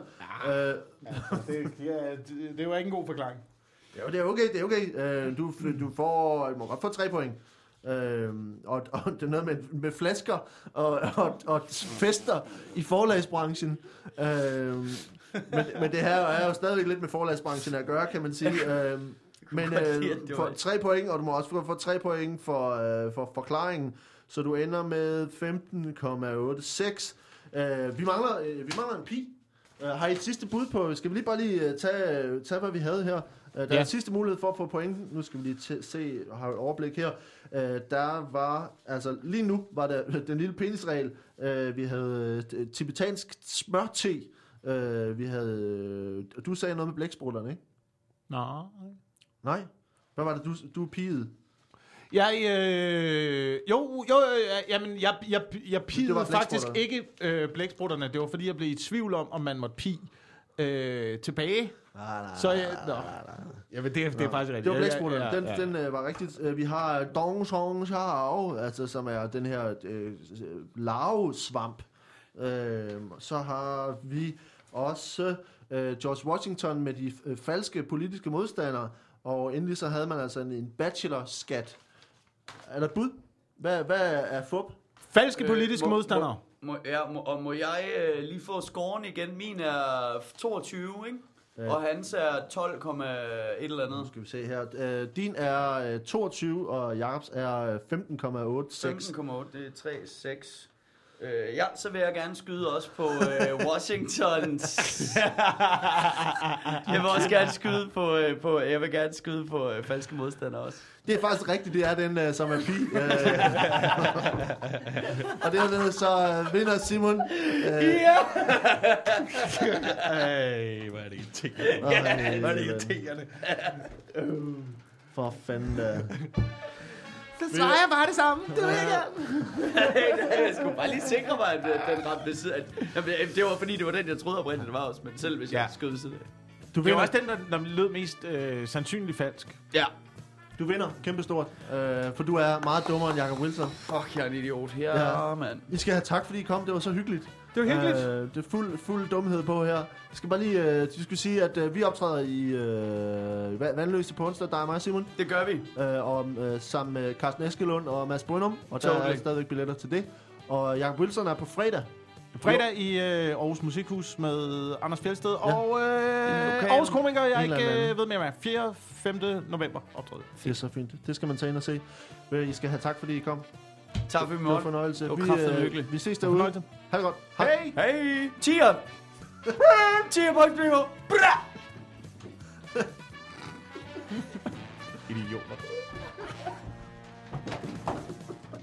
Det var ikke en god forklaring. Ja, det er okay. Du må godt få 3 point. Og det er noget med flasker og fester i forlagsbranchen. Men det her er jo stadigvæk lidt med forlagsbranchen at gøre, kan man sige. Men for 3 point, og du må også få 3 point for forklaringen, så du ender med 15,86. Vi mangler en pi. Har I et sidste bud på? Skal vi lige tage hvad vi havde her? Der er en sidste mulighed for at få point. Nu skal vi lige se og have et overblik her. Der var, altså lige nu var der den lille penisregel. Vi havde tibetansk smørte. Vi havde, du sagde noget med blæksprutterne, ikke? Nej. Hvad var det, du pigede? Jamen, jeg pigede faktisk ikke blæksprutterne. Det var fordi, jeg blev i tvivl om man måtte pige tilbage. Ja, men det er faktisk rigtigt. Det var blæksprutterne. Den var rigtigt. Vi har Dong Song Chao, altså som er den her larvesvamp. Så har vi også George Washington med de falske politiske modstandere. Og endelig så havde man altså en bachelorskat. Er der et bud? Hvad er fup? Falske politiske modstandere. Må jeg lige få scoren igen? Min er 22, ikke? Ja. Og hans er 12,1 eller andet. Nu skal vi se her. Din er 22, og Jacobs er 15,86. 15,8, det er 3,6. Ja, så vil jeg gerne skyde også på Washingtons. Jeg vil også gerne skyde på falske modstandere også. Det er faktisk rigtigt, det er den, som er pi. Og derved så vinder Simon. Ja! Hvor er det irriterende. Hvor er det irriterende. For fanden. Så svarer jeg bare det samme. Det vil jeg gerne. Jeg skulle bare lige sikre mig, at den ramte ved siden. Det var fordi, det var den, jeg troede oprindeligt, det var også. Men selv hvis jeg skød ved siden af. Det var også den, der lød mest sandsynligt falsk. Ja. Du vinder kæmpestort, for du er meget dummere end Jacob Wilson. Fuck, jeg er en idiot her, mand. I skal have tak, fordi I kom. Det var så hyggeligt. Det var hyggeligt. Det er fuld dumhed på her. Jeg skal bare lige du skal sige, at vi optræder i Vandløse på onsdag. Der er mig og Simon. Det gør vi. Sammen med Carsten Eskelund og Mads Brynum. Og der er stadigvæk billetter til det. Og Jacob Wilson er på fredag. Fredag i Aarhus Musikhus med Anders Fjeldsted og Aarhus Komiker, jeg ikke ved mere hvad. 4. 5. november optræde. Det er så fint. Det skal man tage ind og se. I skal have tak, fordi I kom. Tak for i Det morgen. var fornøjelse. Det var kraftedeme hyggeligt. Vi ses derude. Ha' det godt. Hej! Hej! Tier! Tier på Extremo! Idioter.